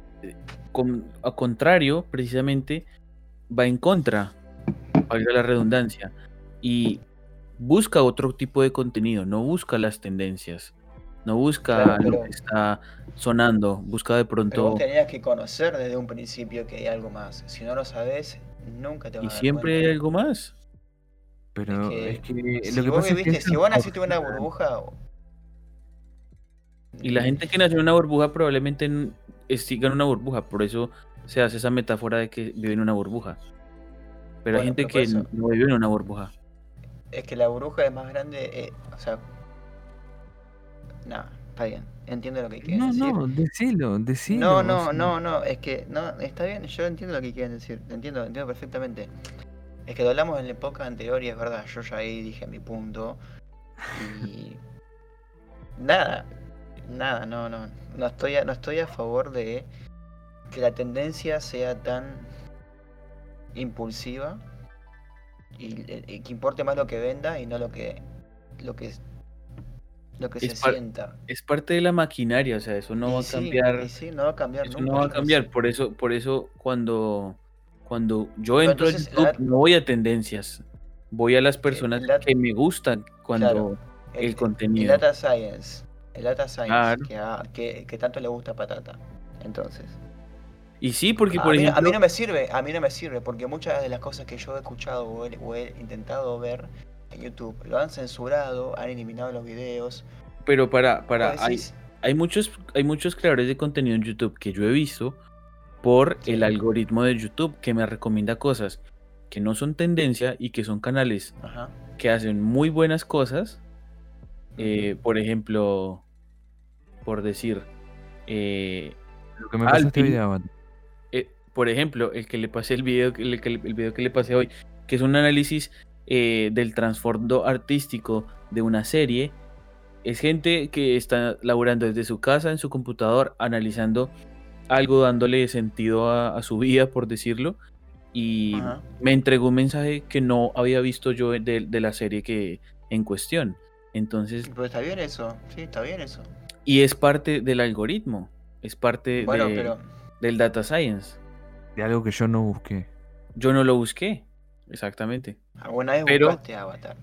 a contrario, precisamente, va en contra, valga la redundancia, y busca otro tipo de contenido, no busca las tendencias, no busca Claro, lo pero- que está sonando, busca de Pero vos pronto, tenías que conocer desde un principio que hay algo más. Si no lo sabes, nunca te vas y a dar siempre hay cuenta. algo más. Pero Es es que que si lo que vos pasa es que viviste, eso si vos es naciste en una opcional. burbuja, Y la gente que nació en una burbuja probablemente siga en una burbuja, por eso se hace esa metáfora de que vive en una burbuja. Pero hay Bueno, gente pero por que eso- no vive en una burbuja. es que la burbuja es más grande, o sea, nada, está bien, entiendo lo que quieren No, decir. no, decilo, No, o sea, no, es que no, está bien, yo entiendo lo que quieren decir, entiendo perfectamente. Es que lo hablamos en la época anterior y es verdad, yo ya ahí dije mi punto y nada, no estoy a favor de que la tendencia sea tan impulsiva y que importe más lo que venda y no lo que se Es par- sienta. Es parte de la maquinaria, o sea, eso no Y va a sí, cambiar. y sí, no va a cambiar Eso nunca. no va a yo lo cambiar, sé. por eso cuando yo Pero entro a entonces, YouTube no voy a tendencias, voy a las personas el dat- que me gustan cuando claro, el contenido. El data science, Claro. que tanto le gusta a Patata. Entonces, Y sí, porque a por mí ejemplo, no me sirve, porque muchas de las cosas que yo he escuchado o he intentado ver en YouTube lo han censurado, han eliminado los videos. pero para Vos hay, decís, hay muchos creadores de contenido en YouTube que yo he visto por Sí. el algoritmo de YouTube que me recomienda cosas. que no son tendencia y que son canales Ajá. que hacen muy buenas cosas. Por ejemplo, por decir, Lo que me pasaste hoy de Alvin, Avatar. por ejemplo, el que le pasé el video, el video que le pasé hoy, que es un análisis del trasfondo artístico de una serie. Es gente que está laburando desde su casa, en su computador, analizando algo, dándole sentido a su vida, por decirlo. Y Ajá. me entregó un mensaje que no había visto yo de la serie que en cuestión. Entonces, Pero está bien eso. Sí, está bien eso. y es parte del algoritmo, es parte Bueno, pero del data science. De algo que yo no busqué. Yo no lo busqué, exactamente. ¿alguna vez Pero buscaste Avatar?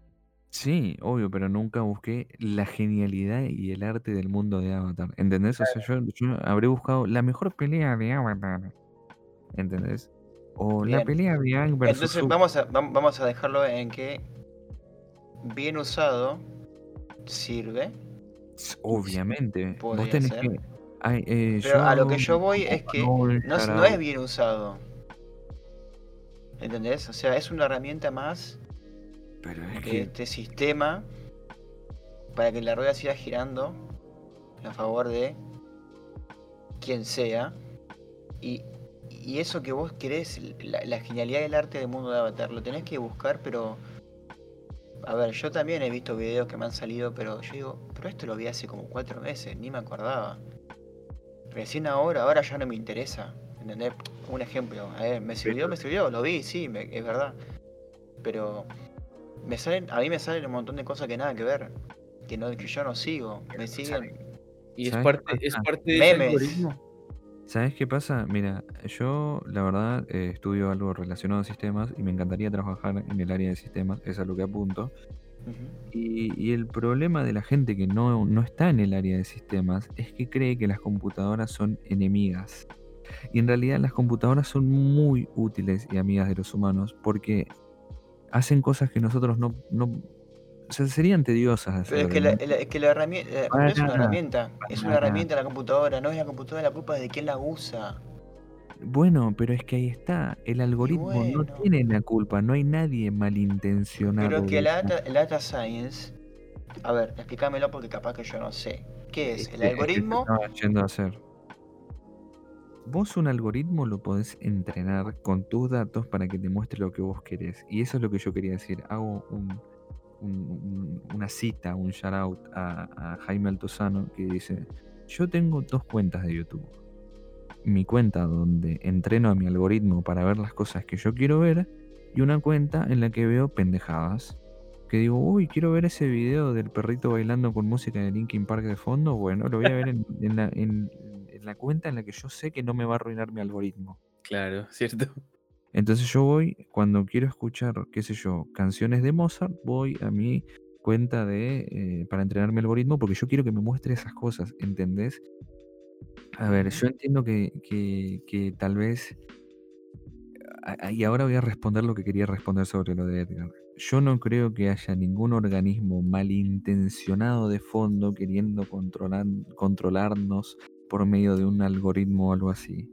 Sí, obvio, pero nunca busqué la genialidad y el arte del mundo de Avatar. ¿Entendés? O sea, yo habré buscado la mejor pelea de Avatar. ¿Entendés? O la Bien. pelea de Aang versus Entonces Zuko. vamos a dejarlo en que bien usado sirve, Obviamente. Vos podría tenés ser. que. Ay, Pero a lo yo que yo voy es que hago un no, shout no es out. bien usado. ¿Entendés? O sea, es una herramienta más Pero es de que. este sistema para que la rueda siga girando a favor de quien sea. Y, y eso que vos querés, la genialidad del arte del mundo de Avatar, lo tenés que buscar, pero... A ver, yo también he visto videos que me han salido, pero yo digo, pero esto lo vi hace como 4 meses, ni me acordaba. Recién ahora ya no me interesa. ¿Entendés? Un ejemplo, a ver, Pero, me sirvió, lo vi, sí, es verdad. Pero a mí me salen un montón de cosas que nada que ver. Que yo no sigo. Me siguen y ¿sabes qué es pasa? parte de ese memes. algoritmo. ¿Sabes qué pasa? Mira, yo la verdad estudio algo relacionado a sistemas y me encantaría trabajar en el área de sistemas, es a lo que apunto. Ujú. Y el problema de la gente que no está en el área de sistemas es que cree que las computadoras son enemigas. Y en realidad las computadoras son muy útiles y amigas de los humanos porque hacen cosas que nosotros o sea, serían tediosas de Pero es hacer. que es que la herramienta, pero es una Para, herramienta. Es una para. herramienta la computadora, no es la computadora, la culpa es de quién la usa. Bueno, pero es que ahí está, el Y algoritmo no bueno. tiene la culpa, no hay nadie Pero es malintencionado que detrás. el data science. A ver, explícamelo porque capaz que yo no sé. ¿Qué es? ¿El Es que te algoritmo? estaba yendo a hacer. Vos un algoritmo lo podés entrenar con tus datos para que te muestre lo que vos querés. Y eso es lo que yo quería decir. Hago una cita, un shout out a Jaime Altozano que dice, yo tengo dos cuentas de YouTube. Mi cuenta donde entreno a mi algoritmo para ver las cosas que yo quiero ver y una cuenta en la que veo pendejadas. Que digo, uy, quiero ver ese video del perrito bailando con música de Linkin Park de fondo. Bueno, lo voy a ver en la cuenta en la que yo sé que no me va a arruinar mi algoritmo. Claro, ¿cierto? Entonces yo voy, cuando quiero escuchar, qué sé yo, canciones de Mozart, voy a mi cuenta para entrenar mi algoritmo porque yo quiero que me muestre esas cosas, ¿entendés? A ver, Ujú. yo entiendo que tal vez y ahora voy a responder lo que quería responder sobre lo de Edgar. Yo no creo que haya ningún organismo malintencionado de fondo queriendo controlarnos por medio de un algoritmo o algo así.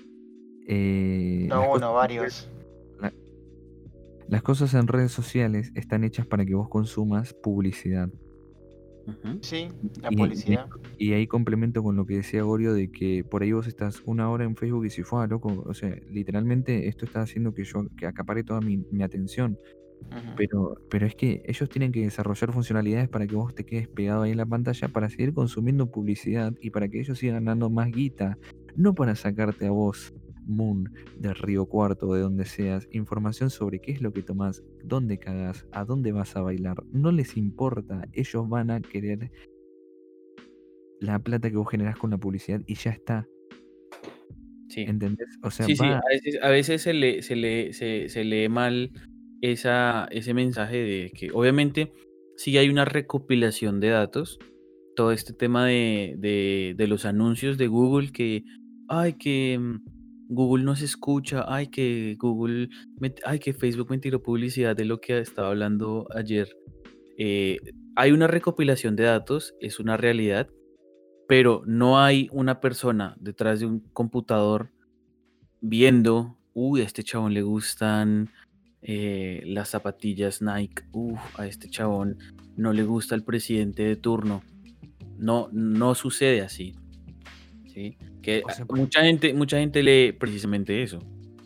No uno, varios. la- las cosas en redes sociales están hechas para que vos consumas publicidad. Ujú. Sí, la Y, y- publicidad. y ahí complemento con lo que decía Gorio de que por ahí vos estás una hora en Facebook y si fue loco, o sea, literalmente esto está haciendo que acapare toda mi atención. Ujú. Pero es que ellos tienen que desarrollar funcionalidades para que vos te quedes pegado ahí en la pantalla para seguir consumiendo publicidad y para que ellos sigan ganando más guita, no para sacarte a vos, Moon, de Río Cuarto o de donde seas, información sobre qué es lo que tomás, dónde cagas, a dónde vas a bailar. No les importa, ellos van a querer la plata que vos generás con la publicidad y ya está. Sí. ¿Entendés? O sea, Sí, sí, va. a veces se lee mal ese mensaje de que obviamente sí hay una recopilación de datos, todo este tema de los anuncios de Google que, ay, que Google no se escucha, ay, que ay, que Facebook me tiró publicidad de lo que estaba hablando ayer. Eh, Hay una recopilación de datos, es una realidad, pero no hay una persona detrás de un computador viendo, uy, a este chabón le gustan las zapatillas Nike, a este chabón no le gusta el presidente de turno. No sucede así, ¿sí? Que O sea, mucha gente lee precisamente eso.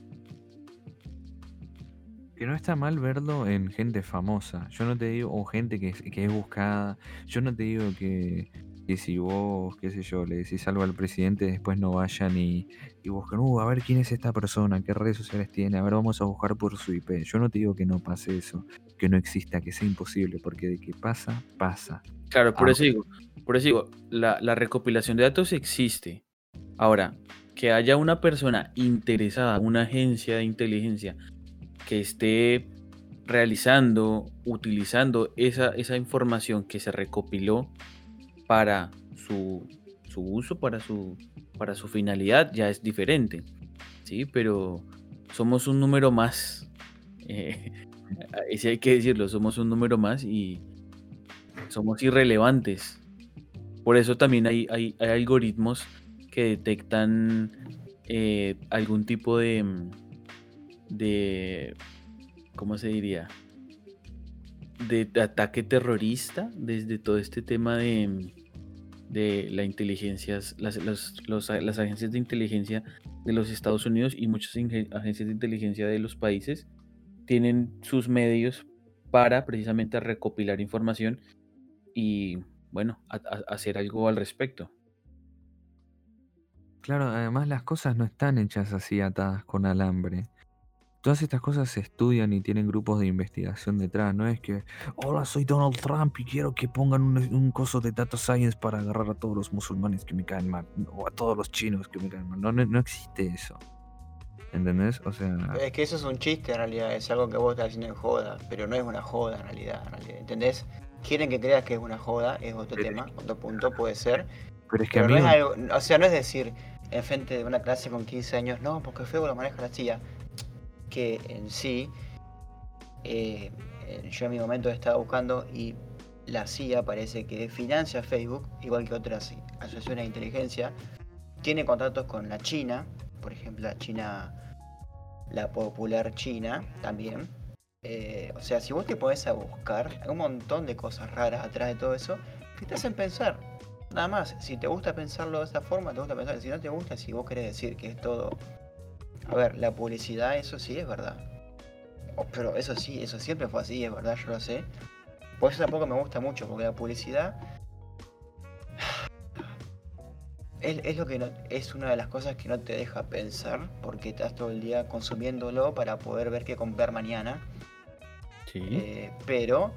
que no está mal verlo en gente famosa. Yo no te digo, o gente que es buscada. Yo no te digo que si vos, qué sé yo, le decís algo al presidente, después no vayan y busquen, a ver quién es esta persona, qué redes sociales tiene, a ver, vamos a buscar por su IP. Yo no te digo que no pase eso, que no exista, que sea imposible, porque de que pasa, pasa. Claro, Ahora, por eso digo, la recopilación de datos existe. Ahora, que haya una persona interesada, una agencia de inteligencia que esté realizando, utilizando esa información que se recopiló para su uso, para su finalidad, ya es diferente, ¿sí? Pero somos un número más, eh, sí hay que decirlo, somos un número más y somos irrelevantes. Por eso también hay algoritmos que detectan algún tipo de, ¿cómo se diría? De ataque terrorista desde todo este tema de la inteligencia, las agencias de inteligencia de los Estados Unidos y muchas agencias de inteligencia de los países tienen sus medios para precisamente recopilar información y, bueno, hacer algo al respecto. claro, además las cosas no están hechas así atadas con alambre. Todas estas cosas se estudian y tienen grupos de investigación detrás. No es que, hola, soy Donald Trump y quiero que pongan un coso de data science para agarrar a todos los musulmanes que me caen mal, o a todos los chinos que me caen mal. No existe eso. ¿Entendés? O sea, Es que eso es un chiste en realidad, es algo que vos estás haciendo en joda, pero no es una joda en realidad, ¿entendés? Quieren que creas que es una joda, es otro pero, tema, otro punto puede ser, pero es que pero no es amigo, algo, o sea, no es decir, en frente de una clase con 15 años, no, porque Facebook lo maneja la CIA, que en sí, yo en mi momento estaba buscando y la CIA parece que financia Facebook, igual que otras asociaciones de inteligencia, tiene contratos con la China, por ejemplo, la popular China también. O sea, si vos te pones a buscar, hay un montón de cosas raras atrás de todo eso que te hacen pensar. Nada más, si te gusta pensarlo de esa forma, te gusta pensar. Si no te gusta, si vos querés decir que es todo. A ver, la publicidad, eso sí es verdad. Pero eso sí, eso siempre fue así, es verdad, yo lo sé. Por eso tampoco me gusta mucho, porque la publicidad es lo que no, es una de las cosas que no te deja pensar, porque estás todo el día consumiéndolo para poder ver qué comprar mañana. Sí. Pero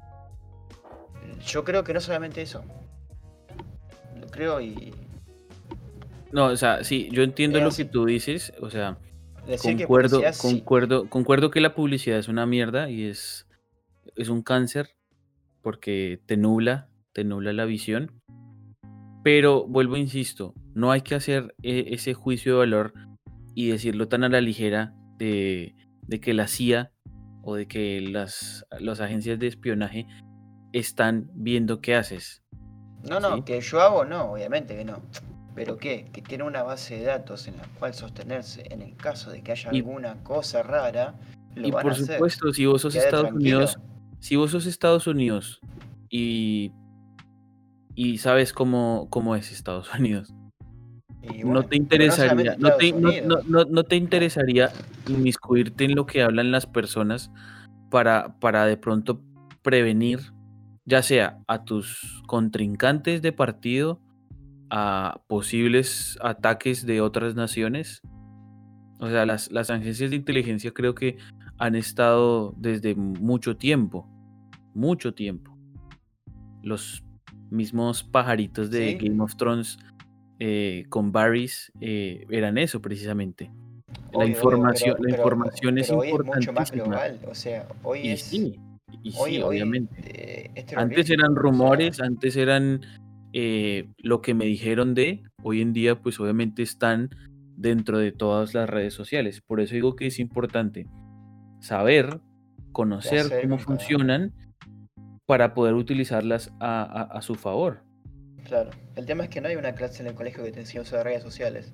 yo creo que no solamente eso. Lo creo y No, o sea, sí, yo entiendo es lo que así. tú dices, o sea, Decir que publicidad sí. concuerdo que la publicidad es una mierda y es un cáncer porque te nubla la visión, pero vuelvo, insisto, no hay que hacer ese juicio de valor y decirlo tan a la ligera de que la CIA o de que las agencias de espionaje están viendo qué haces, No, no, ¿sí? que yo hago no, obviamente que no. Pero qué, que tiene una base de datos en la cual sostenerse en el caso de que haya Y, alguna cosa rara, lo y van a por hacer. supuesto, si vos sos Quédate Estados Unidos, tranquilo. si vos sos Estados Unidos y, y sabes cómo es Estados Unidos, Y no bueno, te pero no solamente interesaría, Estados Unidos. no te interesaría inmiscuirte en lo que hablan las personas para de pronto prevenir, ya sea a tus contrincantes de partido, a posibles ataques de otras naciones. O sea, las agencias de inteligencia creo que han estado desde mucho tiempo. Los mismos pajaritos de ¿Sí? Game of Thrones con Varys eran eso precisamente. Obvio, La información es pero hoy es mucho más importantísima. global. O sea, Y sí, hoy obviamente. es Antes terrorífico. eran O sea, rumores, antes eran lo que me dijeron hoy en día pues obviamente están dentro de todas las redes sociales. Por eso digo que es importante saber, qué conocer hacer cómo con cada. funcionan para poder utilizarlas a su favor. Claro. El tema es que no hay una clase en el colegio que te enseñe a usar redes sociales.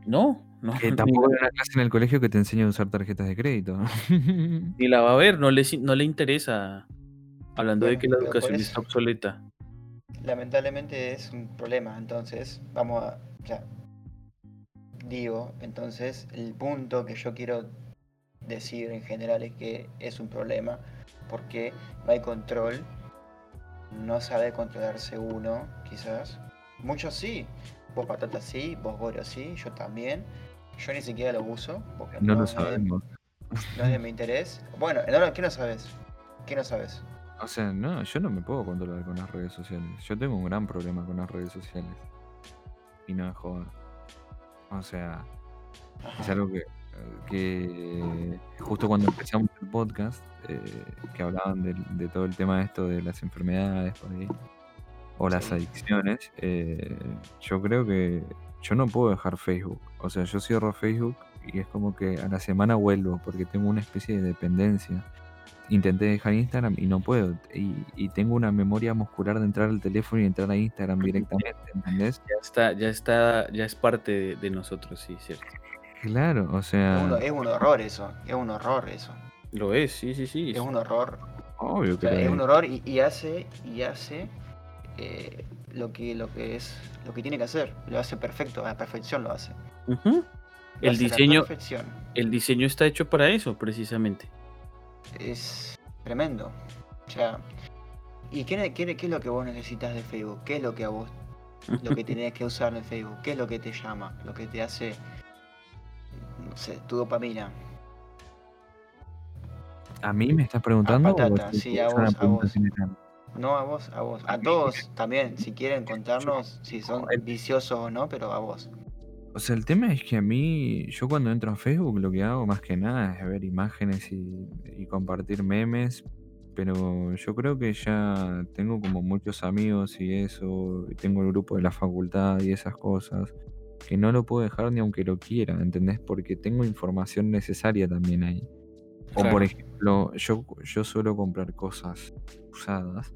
No, no, Que tampoco hay una clase en el colegio que te enseñe a usar tarjetas de crédito. ni la va a ver, no le interesa. Hablando de Bueno, que la pero por educación está eso, obsoleta. lamentablemente es un problema. Entonces, vamos a, o sea, digo, entonces el punto que yo quiero decir en general es que es un problema porque no hay control, no sabe controlarse uno, quizás. Muchos sí, vos Patata sí, vos Goro sí, yo también. Yo ni siquiera lo uso porque No lo no sabemos. es de mi interés. Bueno, no, ¿qué no sabes? ¿Qué no sabes? O sea, no, yo no me puedo controlar con las redes sociales. Yo tengo un gran problema con las redes sociales. Y no es joda. O sea, es Ajá, algo que justo cuando empezamos el podcast, que hablaban de todo el tema de esto de las enfermedades por ahí, o las sí. adicciones, yo creo que yo no puedo dejar Facebook. O sea, yo cierro Facebook y es como que a la semana vuelvo porque tengo una especie de dependencia. Intenté dejar Instagram y no puedo. Y tengo una memoria muscular de entrar al teléfono y entrar a Instagram directamente, ¿entendés? Ya es parte de nosotros, sí, cierto. Claro, o sea, Es un horror eso, es un horror eso. Lo es, sí, sí, sí. Es un horror. obvio O que sea, lo es es. un horror y hace lo que tiene que hacer. Lo hace perfecto, a la perfección lo hace. Ujú. Lo El hace a la diseño, perfección. el diseño está hecho para eso, precisamente. Es tremendo. O sea, ¿y qué es lo que vos necesitas de Facebook? ¿Qué es lo que a vos, lo que tenés que usar en Facebook? ¿Qué es lo que te llama? Lo que te hace, no sé, tu dopamina. ¿A mí me estás A preguntando o Patata, sí, es una a pregunta vos. general? No a vos, a vos. A A mí, todos también, si quieren yo, contarnos si son el- viciosos o no, pero a vos. o sea, el tema es que a mí, yo cuando entro a Facebook lo que hago más que nada es ver imágenes y compartir memes, pero yo creo que ya tengo como muchos amigos y eso, y tengo el grupo de la facultad y esas cosas, que no lo puedo dejar ni aunque lo quiera, ¿entendés? Porque tengo información necesaria también ahí. O por Claro. ejemplo, yo suelo comprar cosas usadas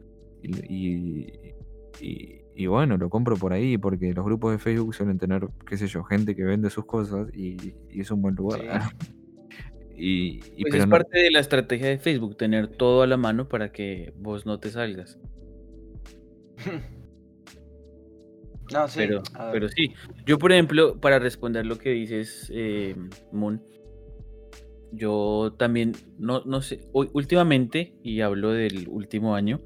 y bueno, lo compro por ahí porque los grupos de Facebook suelen tener, qué sé yo, gente que vende sus cosas y es un buen lugar. Sí. Pues es Pero no, parte de la estrategia de Facebook, tener todo a la mano para que vos no te salgas. No, sí, Pero, a ver. pero sí, yo por ejemplo, para responder lo que dices, Moon, yo también, no sé, últimamente, y hablo del último año,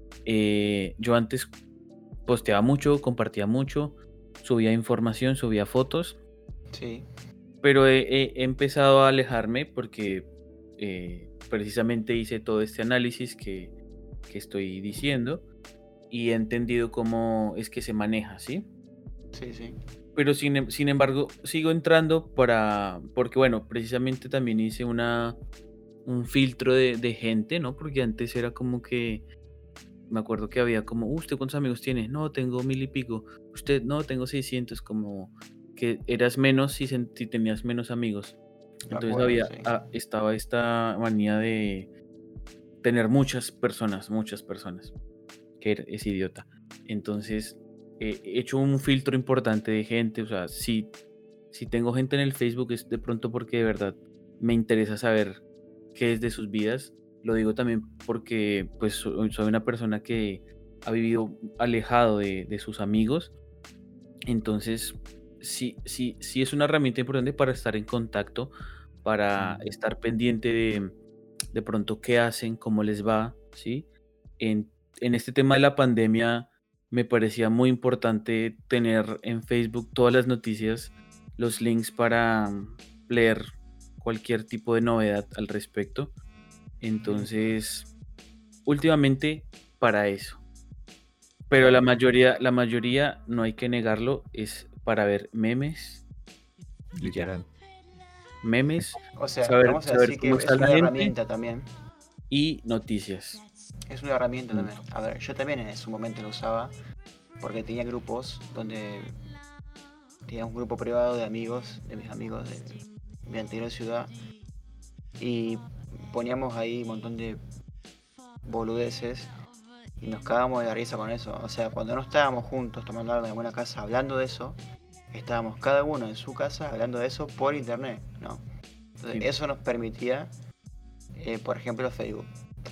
yo antes posteaba mucho, compartía mucho, subía información, subía fotos, Sí, pero he empezado a alejarme porque precisamente hice todo este análisis que estoy diciendo y he entendido cómo es que se maneja, ¿sí? sí, sí. Pero sin embargo, sigo entrando porque bueno, precisamente también hice un filtro de gente, ¿no? Porque antes era como que, me acuerdo que había como, ¿usted cuántos amigos tiene? No, tengo 1000 y pico. Usted, no, tengo 600, como que eras menos si tenías menos amigos. Me Entonces acuerdo, sí. estaba esta manía de tener muchas personas, que es idiota. Entonces, he hecho un filtro importante de gente, o sea, si tengo gente en el Facebook es de pronto porque de verdad me interesa saber qué es de sus vidas. Lo digo también porque pues soy una persona que ha vivido alejado de sus amigos. Entonces, sí es una herramienta importante para estar en contacto, para estar pendiente de pronto qué hacen, cómo les va, ¿sí? En este tema de la pandemia me parecía muy importante tener en Facebook todas las noticias, los links para leer cualquier tipo de novedad al respecto. Entonces, últimamente para eso. Pero Claro. la mayoría, no hay que negarlo, es para ver memes y ya. literal. Memes, O sea, vamos a saber decir que cómo está es la una gente herramienta también. y noticias. Es una herramienta Mm. también. A ver, yo también en su momento lo usaba porque tenía grupos donde tenía un grupo privado de amigos, de mis amigos de mi anterior ciudad, y poníamos ahí un montón de boludeces y nos cagábamos de la risa con eso. O sea, cuando no estábamos juntos tomando algo en alguna casa hablando de eso, estábamos cada uno en su casa hablando de eso por internet, ¿no? Entonces, Sí. eso nos permitía, por ejemplo, Facebook.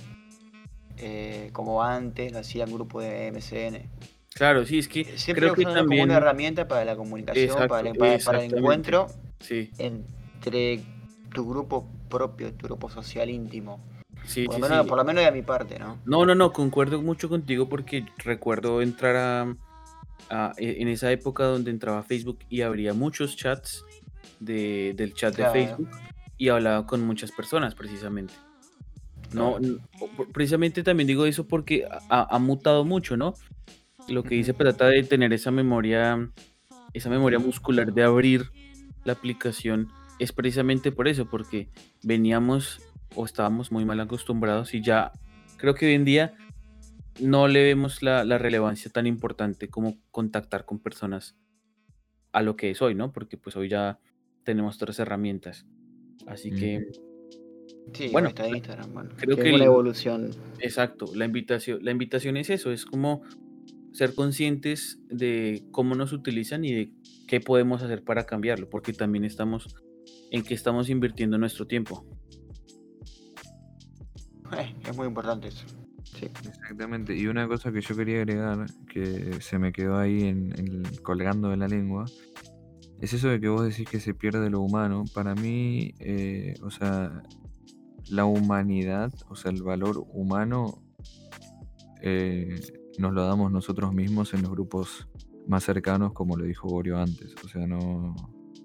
Como antes lo hacían grupos de MSN. Claro, sí, es que Siempre creo que usándolo como una también, herramienta para la comunicación, exacto, para el exactamente, encuentro sí, entre tu grupo propio, tu grupo social íntimo. sí, Por sí, lo menos, sí. por lo menos de mi parte, ¿no? No, concuerdo mucho contigo porque recuerdo entrar en esa época donde entraba a Facebook y abría muchos chats del chat de Claro, Facebook y hablaba con muchas personas precisamente. No, claro. precisamente también digo eso porque ha mutado mucho, ¿no? Lo que Ujú. dice trata de tener esa memoria muscular de abrir la aplicación es precisamente por eso, porque veníamos o estábamos muy mal acostumbrados y ya creo que hoy en día no le vemos la relevancia tan importante como contactar con personas a lo que es hoy, ¿no? Porque pues hoy ya tenemos otras herramientas. Así que, Ujú. Sí, hoy bueno, está Instagram, bueno, creo que es que una evolución. exacto, la invitación es eso, es como ser conscientes de cómo nos utilizan y de qué podemos hacer para cambiarlo, porque también estamos en qué estamos invirtiendo nuestro tiempo. Es muy importante eso. Sí. Exactamente. Y una cosa que yo quería agregar, que se me quedó ahí colgando de la lengua, es eso de que vos decís que se pierde lo humano. Para mí, o sea, la humanidad, o sea, el valor humano, eh, nos lo damos nosotros mismos en los grupos más cercanos, como lo dijo Borio antes. O sea, no.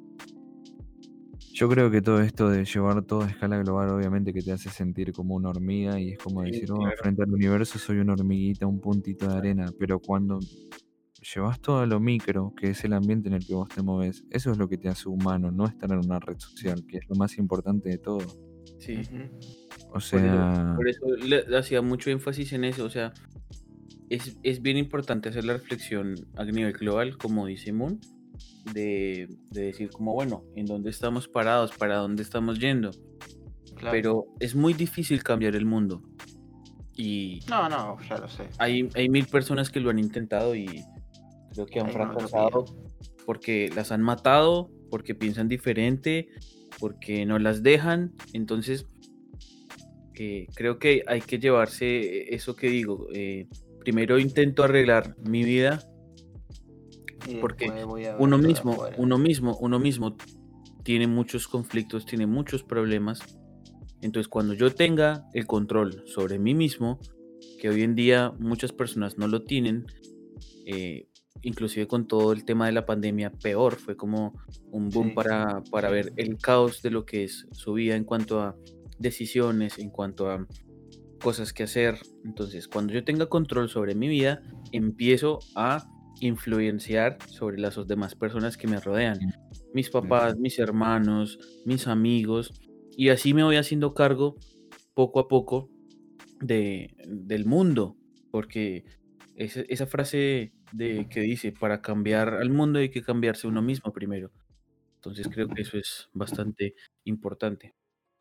Yo creo que todo esto de llevar todo a escala global, obviamente que te hace sentir como una hormiga y es como Sí, decir, oh, claro. frente al universo soy una hormiguita, un puntito de arena, pero cuando llevas todo a lo micro, que es el ambiente en el que vos te moves, eso es lo que te hace humano, no estar en una red social, que es lo más importante de todo. Sí, Ujú. O por eso, sea, por eso le hacía mucho énfasis en eso. O sea, es bien importante hacer la reflexión a nivel global, como dice Moon, de decir como, bueno, en dónde estamos parados, para dónde estamos yendo. Claro. Pero es muy difícil cambiar el mundo. Y No, ya lo sé. hay mil personas que lo han intentado y creo que han Es una utopía. fracasado porque las han matado, porque piensan diferente, porque no las dejan. Entonces, creo que hay que llevarse eso que digo. Primero intento arreglar mi vida Y porque después voy a ver uno lo de mismo, afuera. uno mismo tiene muchos conflictos, tiene muchos problemas. Entonces, cuando yo tenga el control sobre mí mismo, que hoy en día muchas personas no lo tienen, eh, inclusive con todo el tema de la pandemia, peor, fue como un boom Sí, para ver el caos de lo que es su vida en cuanto a decisiones, en cuanto a cosas que hacer. Entonces, cuando yo tenga control sobre mi vida, empiezo a influenciar sobre las demás personas que me rodean, mis papás, mis hermanos, mis amigos, y así me voy haciendo cargo poco a poco del mundo, porque esa frase que dice, para cambiar al mundo hay que cambiarse uno mismo primero. Entonces creo que eso es bastante importante.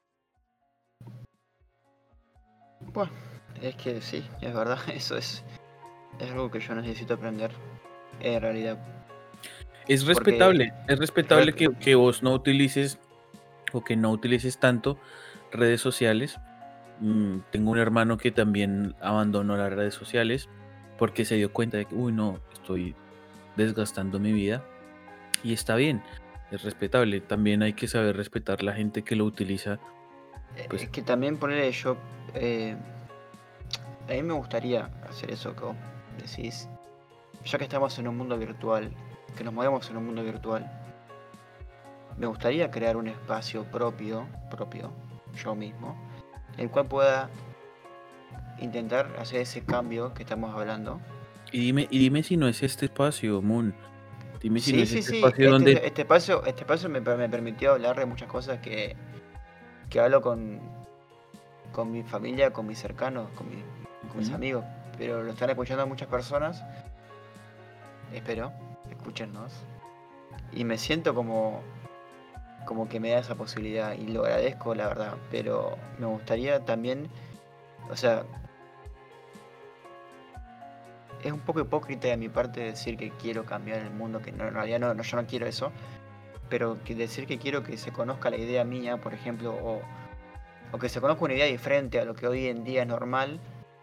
bueno, es que sí, es verdad, eso es algo que yo necesito aprender en realidad. Es Porque respetable re- que vos no utilices o que no utilices tanto redes sociales. Tengo un hermano que también abandonó las redes sociales porque se dio cuenta de que, uy, no, estoy desgastando mi vida y está bien, es respetable. También hay que saber respetar la gente que lo utiliza, pues, es que también ponerle yo, eh, a mí me gustaría hacer eso que vos decís, ya que estamos en un mundo virtual, que nos movemos en un mundo virtual, me gustaría crear un espacio propio, yo mismo, el cual pueda intentar hacer ese cambio que estamos hablando. y dime si no es este espacio, Moon. Dime si no Sí, es sí, este sí, espacio donde... este espacio me permitió hablar de muchas cosas que hablo con mi familia, con mis cercanos, con mis Ujú. amigos, pero lo están escuchando muchas personas, espero, escúchennos, y me siento como que me da esa posibilidad y lo agradezco, la verdad, pero me gustaría también, o sea, es un poco hipócrita de mi parte decir que quiero cambiar el mundo, que en realidad no, yo no quiero eso, pero que decir que quiero que se conozca la idea mía, por ejemplo, o que se conozca una idea diferente a lo que hoy en día es normal,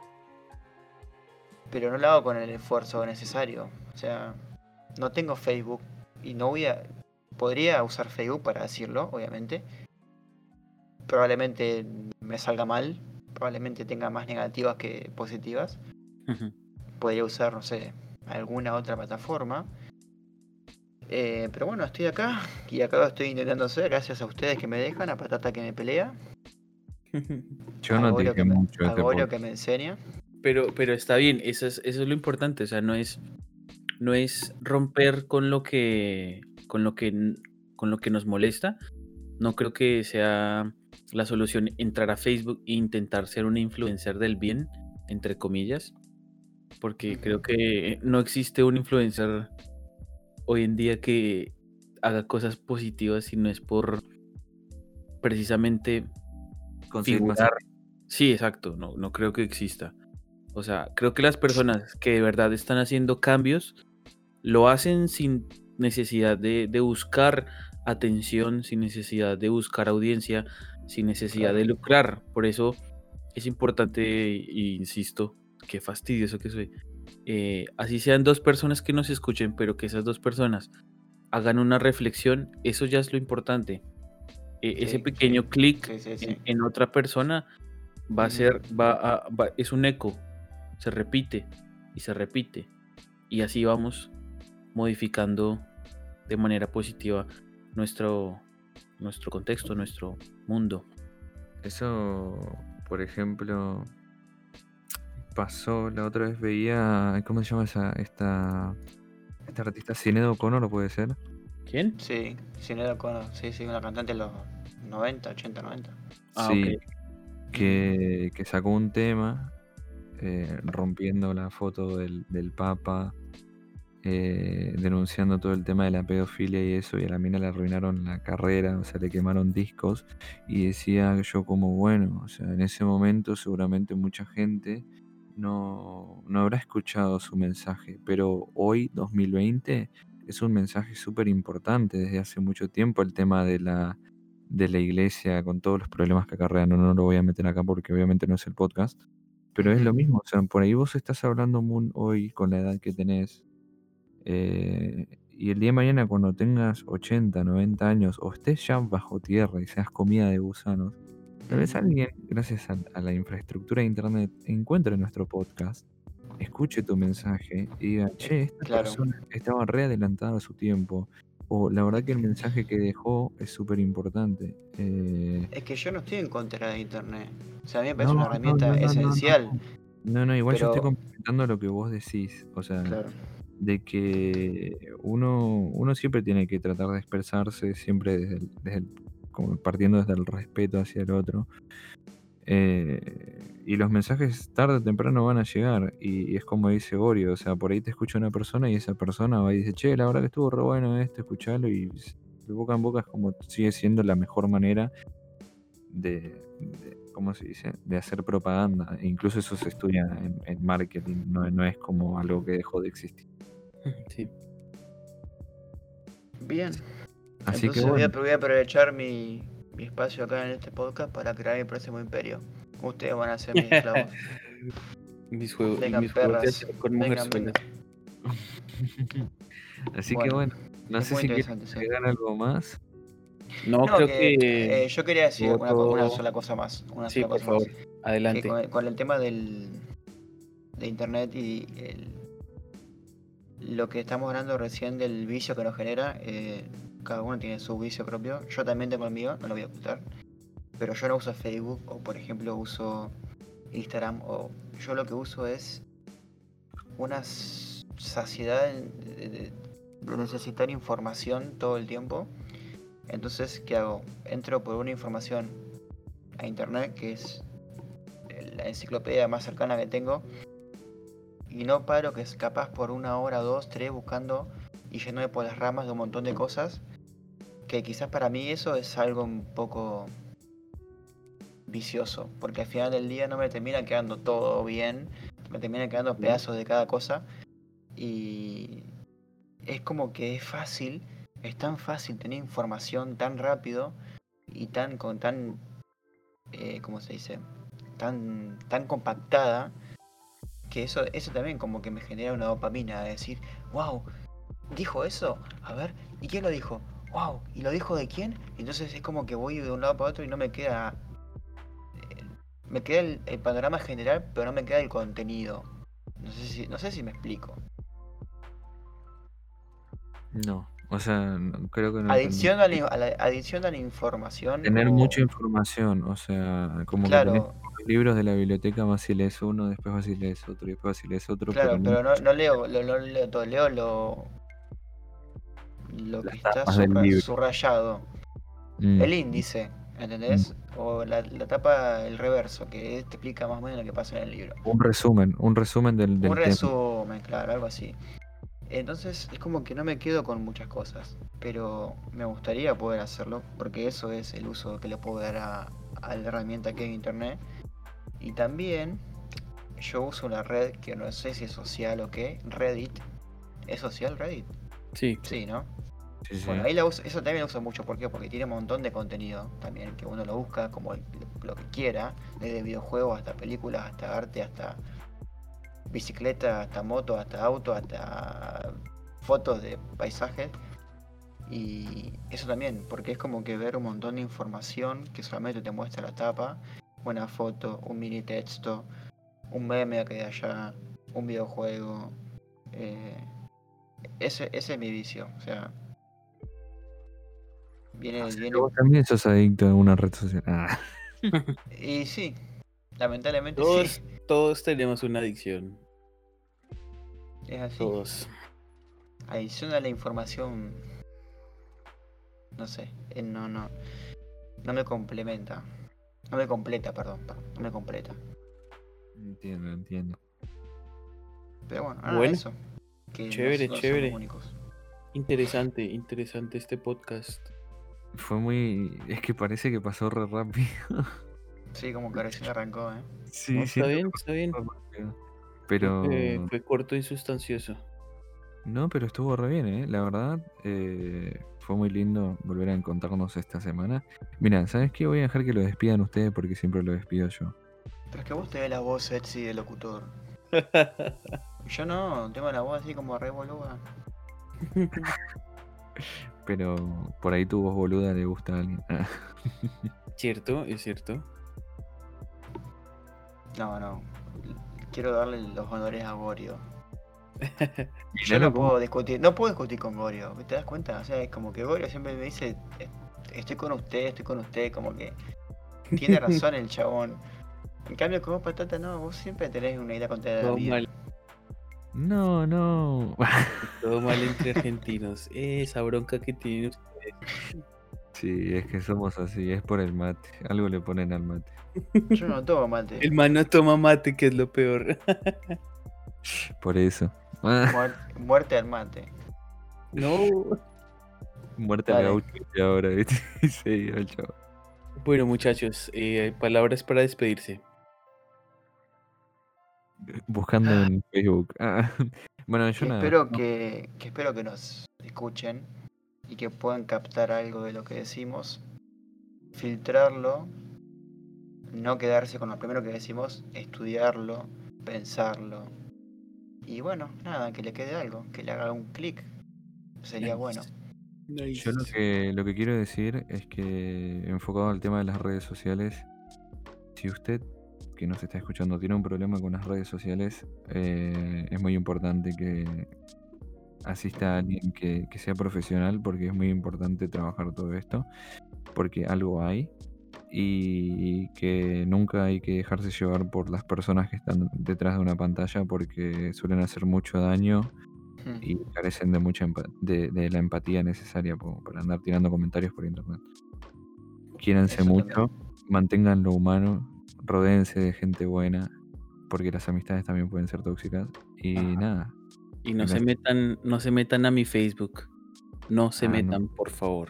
pero no lo hago con el esfuerzo necesario. O sea, no tengo Facebook y no voy a... Podría usar Facebook para decirlo, obviamente. Probablemente me salga mal, probablemente tenga más negativas que positivas. Podría usar, no sé, alguna otra plataforma. Pero bueno, estoy acá y acá lo estoy intentando hacer gracias a ustedes que me dejan, a Patata que me pelea, Yo a no te Gorio dije mucho de a este Gorio podcast. que me enseña. Pero está bien, eso es lo importante, o sea, no es romper con lo que, con lo que nos molesta. No creo que sea la solución entrar a Facebook e intentar ser un influencer del bien, entre comillas, porque creo que no existe un influencer hoy en día que haga cosas positivas si no es por precisamente Conseguir más. figurar. Sí, exacto, no creo que exista. O sea, creo que las personas que de verdad están haciendo cambios lo hacen sin necesidad de buscar atención, sin necesidad de buscar audiencia, sin necesidad de Claro. lucrar. Por eso es importante, e insisto, qué fastidioso que soy. Así sean dos personas que nos escuchen, pero que esas dos personas hagan una reflexión, eso ya es lo importante. Ese Sí, pequeño sí, clic sí. en otra persona va a ser, es un eco, se repite y se repite. Y así vamos modificando de manera positiva nuestro contexto, nuestro mundo. Eso, por ejemplo, pasó la otra vez, veía, ¿cómo se llama esta artista? Sinead O'Connor, ¿puede ser? ¿Quién? Sí, Sinead O'Connor, sí, una cantante de los 90, 80, 90. Ah, ok. Sí, que sacó un tema rompiendo la foto del Papa, denunciando todo el tema de la pedofilia y eso, y a la mina le arruinaron la carrera, o sea, le quemaron discos, y decía yo como, bueno, o sea, en ese momento seguramente mucha gente no habrá escuchado su mensaje, pero hoy, 2020, es un mensaje súper importante desde hace mucho tiempo el tema de la iglesia con todos los problemas que acarrea. No lo voy a meter acá porque obviamente no es el podcast, pero es lo mismo, o sea, por ahí vos estás hablando hoy con la edad que tenés, y el día de mañana cuando tengas 80, 90 años o estés ya bajo tierra y seas comida de gusanos, tal vez alguien, gracias a la infraestructura de internet, encuentre nuestro podcast, escuche tu mensaje y diga, che, esta Claro. persona estaba re adelantada a su tiempo, o la verdad que el mensaje que dejó es súper importante. Es que yo no estoy en contra de internet. O sea, a mí me parece No, una herramienta no. esencial. No, igual yo estoy Pero, complementando lo que vos decís, o sea, claro, de que uno siempre tiene que tratar de expresarse, siempre como partiendo desde el respeto hacia el otro. Y los mensajes tarde o temprano van a llegar, y es como dice Gorio, o sea, por ahí te escucha una persona y esa persona va y dice, che, la verdad que estuvo re bueno esto, escuchalo, y de boca en boca es como sigue siendo la mejor manera de ¿cómo se dice? De hacer propaganda. E incluso eso se estudia en marketing, no es como algo que dejó de existir. Sí. bien. Así que Entonces bueno, voy a aprovechar mi espacio acá en este podcast para crear mi próximo imperio. Ustedes van a ser mis esclavos. Mis Vengan, juegos de perras. azar con Vengan, mujerzuelas. así que bueno, no es sé muy si quieres interesante, sí. agregar algo más. No, No, creo que que yo quería decir una voto. sola cosa más. Una Sí, sola por cosa más. favor, Que adelante. con el tema de internet y lo que estamos hablando recién del vicio que nos genera, cada uno tiene su vicio propio. Yo también tengo el mío, no lo voy a ocultar. Pero yo no uso Facebook o por ejemplo uso Instagram, o yo lo que uso es una saciedad de necesitar información todo el tiempo. Entonces, ¿qué hago? Entro por una información a internet, que es la enciclopedia más cercana que tengo, y no paro, que es capaz por 1 hora, 2, 3 buscando y yéndome por las ramas de un montón de cosas, que quizás para mí eso es algo un poco vicioso, porque al final del día no me termina quedando todo bien, me terminan quedando pedazos de cada cosa. Y es como que es tan fácil tener información tan rápido y tan, ¿cómo se dice? Tan compactada, que eso también como que me genera una dopamina de decir, wow, dijo eso, a ver, ¿y quién lo dijo? Wow, ¿y lo dijo de quién? Entonces es como que voy de un lado para otro y no me queda, me queda el panorama general, pero no me queda el contenido. No sé si me explico. No, o sea, creo que no entendí. Adicción a la información Tener mucha o... información, o sea, como que tenés Claro, los libros de la biblioteca, vas si lees uno, después vas si lees otro, y después vas si lees otro, pero claro, no pero no leo, no leo todo, leo lo que las está tapas del libro. subrayado. Mm. El índice, Mm. ¿entendés? O la tapa, el reverso, que te explica más o menos lo que pasa en el libro. Un resumen Un del tema. resumen, claro, algo así. Entonces es como que no me quedo con muchas cosas, pero me gustaría poder hacerlo, porque eso es el uso que le puedo dar a la herramienta que es Internet. Y también yo uso una red que no sé si es social o qué, Reddit. ¿Es social Reddit? Sí. Sí, ¿no? Sí, sí. Bueno, eso también lo uso mucho, ¿por qué? Porque tiene un montón de contenido también, que uno lo busca como lo que quiera, desde videojuegos hasta películas, hasta arte, hasta bicicleta, hasta moto, hasta auto, hasta fotos de paisajes. Y eso también, porque es como que ver un montón de información que solamente te muestra la tapa, una foto, un mini texto, un meme que de allá, un videojuego. eh, ese es mi vicio, o sea, O sea, que viene. vos también sos adicto a una red social. Ah. Y sí, lamentablemente sí, Todos tenemos una adicción. es así. Todos. Adicción a la información, no sé, no me complementa. No me completa, perdón, no me completa. Entiendo. Pero bueno, Bueno, eso. Que chévere, no somos chévere. únicos. Interesante este podcast. Fue muy. Es que parece que pasó re rápido. Sí, como que recién arrancó, ¿eh? Sí, No, está siento bien, que está bien. pasó rápido. Creo que Pero. fue corto y sustancioso. No, pero estuvo re bien, ¿eh? La verdad, fue muy lindo volver a encontrarnos esta semana. Mira, ¿sabes qué? Voy a dejar que lo despidan ustedes porque siempre lo despido yo. Pero es que vos tenés la voz sexy de locutor. Yo no, tengo la voz así como re boluda. Pero por ahí tu voz boluda le gusta a alguien. Ah. Cierto, es cierto. No. Quiero darle los honores a Gorio. Yo Miralo no cómo- puedo discutir con Gorio, ¿te das cuenta? O sea, es como que Gorio siempre me dice, estoy con usted, como que tiene razón el chabón. En cambio, con vos, Patata, no, vos siempre tenés una idea contra la Todo vida. mal, No. todo mal entre argentinos. Esa bronca que tienen ustedes. Sí, es que somos así, es por el mate. Algo le ponen al mate. Yo no tomo mate. El man no toma mate, que es lo peor. Por eso. Ah, Muerte al mate. No. muerte al Dale. gaucho y ahora, ¿viste? Y se iba el chavo. Bueno, muchachos, palabras para despedirse. Buscando en Facebook. Ah, bueno, yo nada. Espero que nos escuchen y que puedan captar algo de lo que decimos, filtrarlo, no quedarse con lo primero que decimos, estudiarlo, pensarlo. Y bueno, nada, que le quede algo, que le haga un clic. Sería Nice. bueno. Nice. Yo lo que quiero decir es que, enfocado al tema de las redes sociales, si usted que nos está escuchando tiene un problema con las redes sociales, es muy importante que asista a alguien que sea profesional, porque es muy importante trabajar todo esto, porque algo hay y que nunca hay que dejarse llevar por las personas que están detrás de una pantalla, porque suelen hacer mucho daño y carecen de mucha de la empatía necesaria para andar tirando comentarios por internet. Quiéranse Eso mucho, también. manténganlo humano, rodéense de gente buena, porque las amistades también pueden ser tóxicas. Y Ajá. nada. Y no se metan a mi Facebook. No se Ah, no. metan, por favor.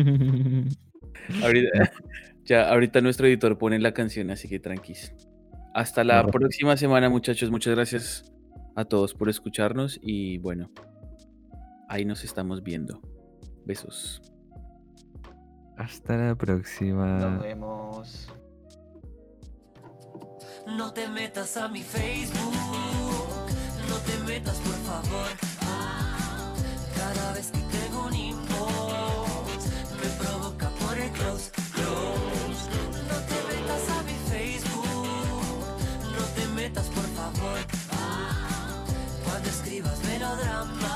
Ahorita nuestro editor pone la canción, así que tranquis. Hasta La la re- próxima semana, muchachos. Muchas gracias a todos por escucharnos y bueno, ahí nos estamos viendo. Besos. Hasta la Nos próxima. vemos. No te metas a mi Facebook, no te metas por favor. Cada vez que tengo un inbox, me provoca por el close. No te metas a mi Facebook, no te metas por favor. Cuando escribas melodrama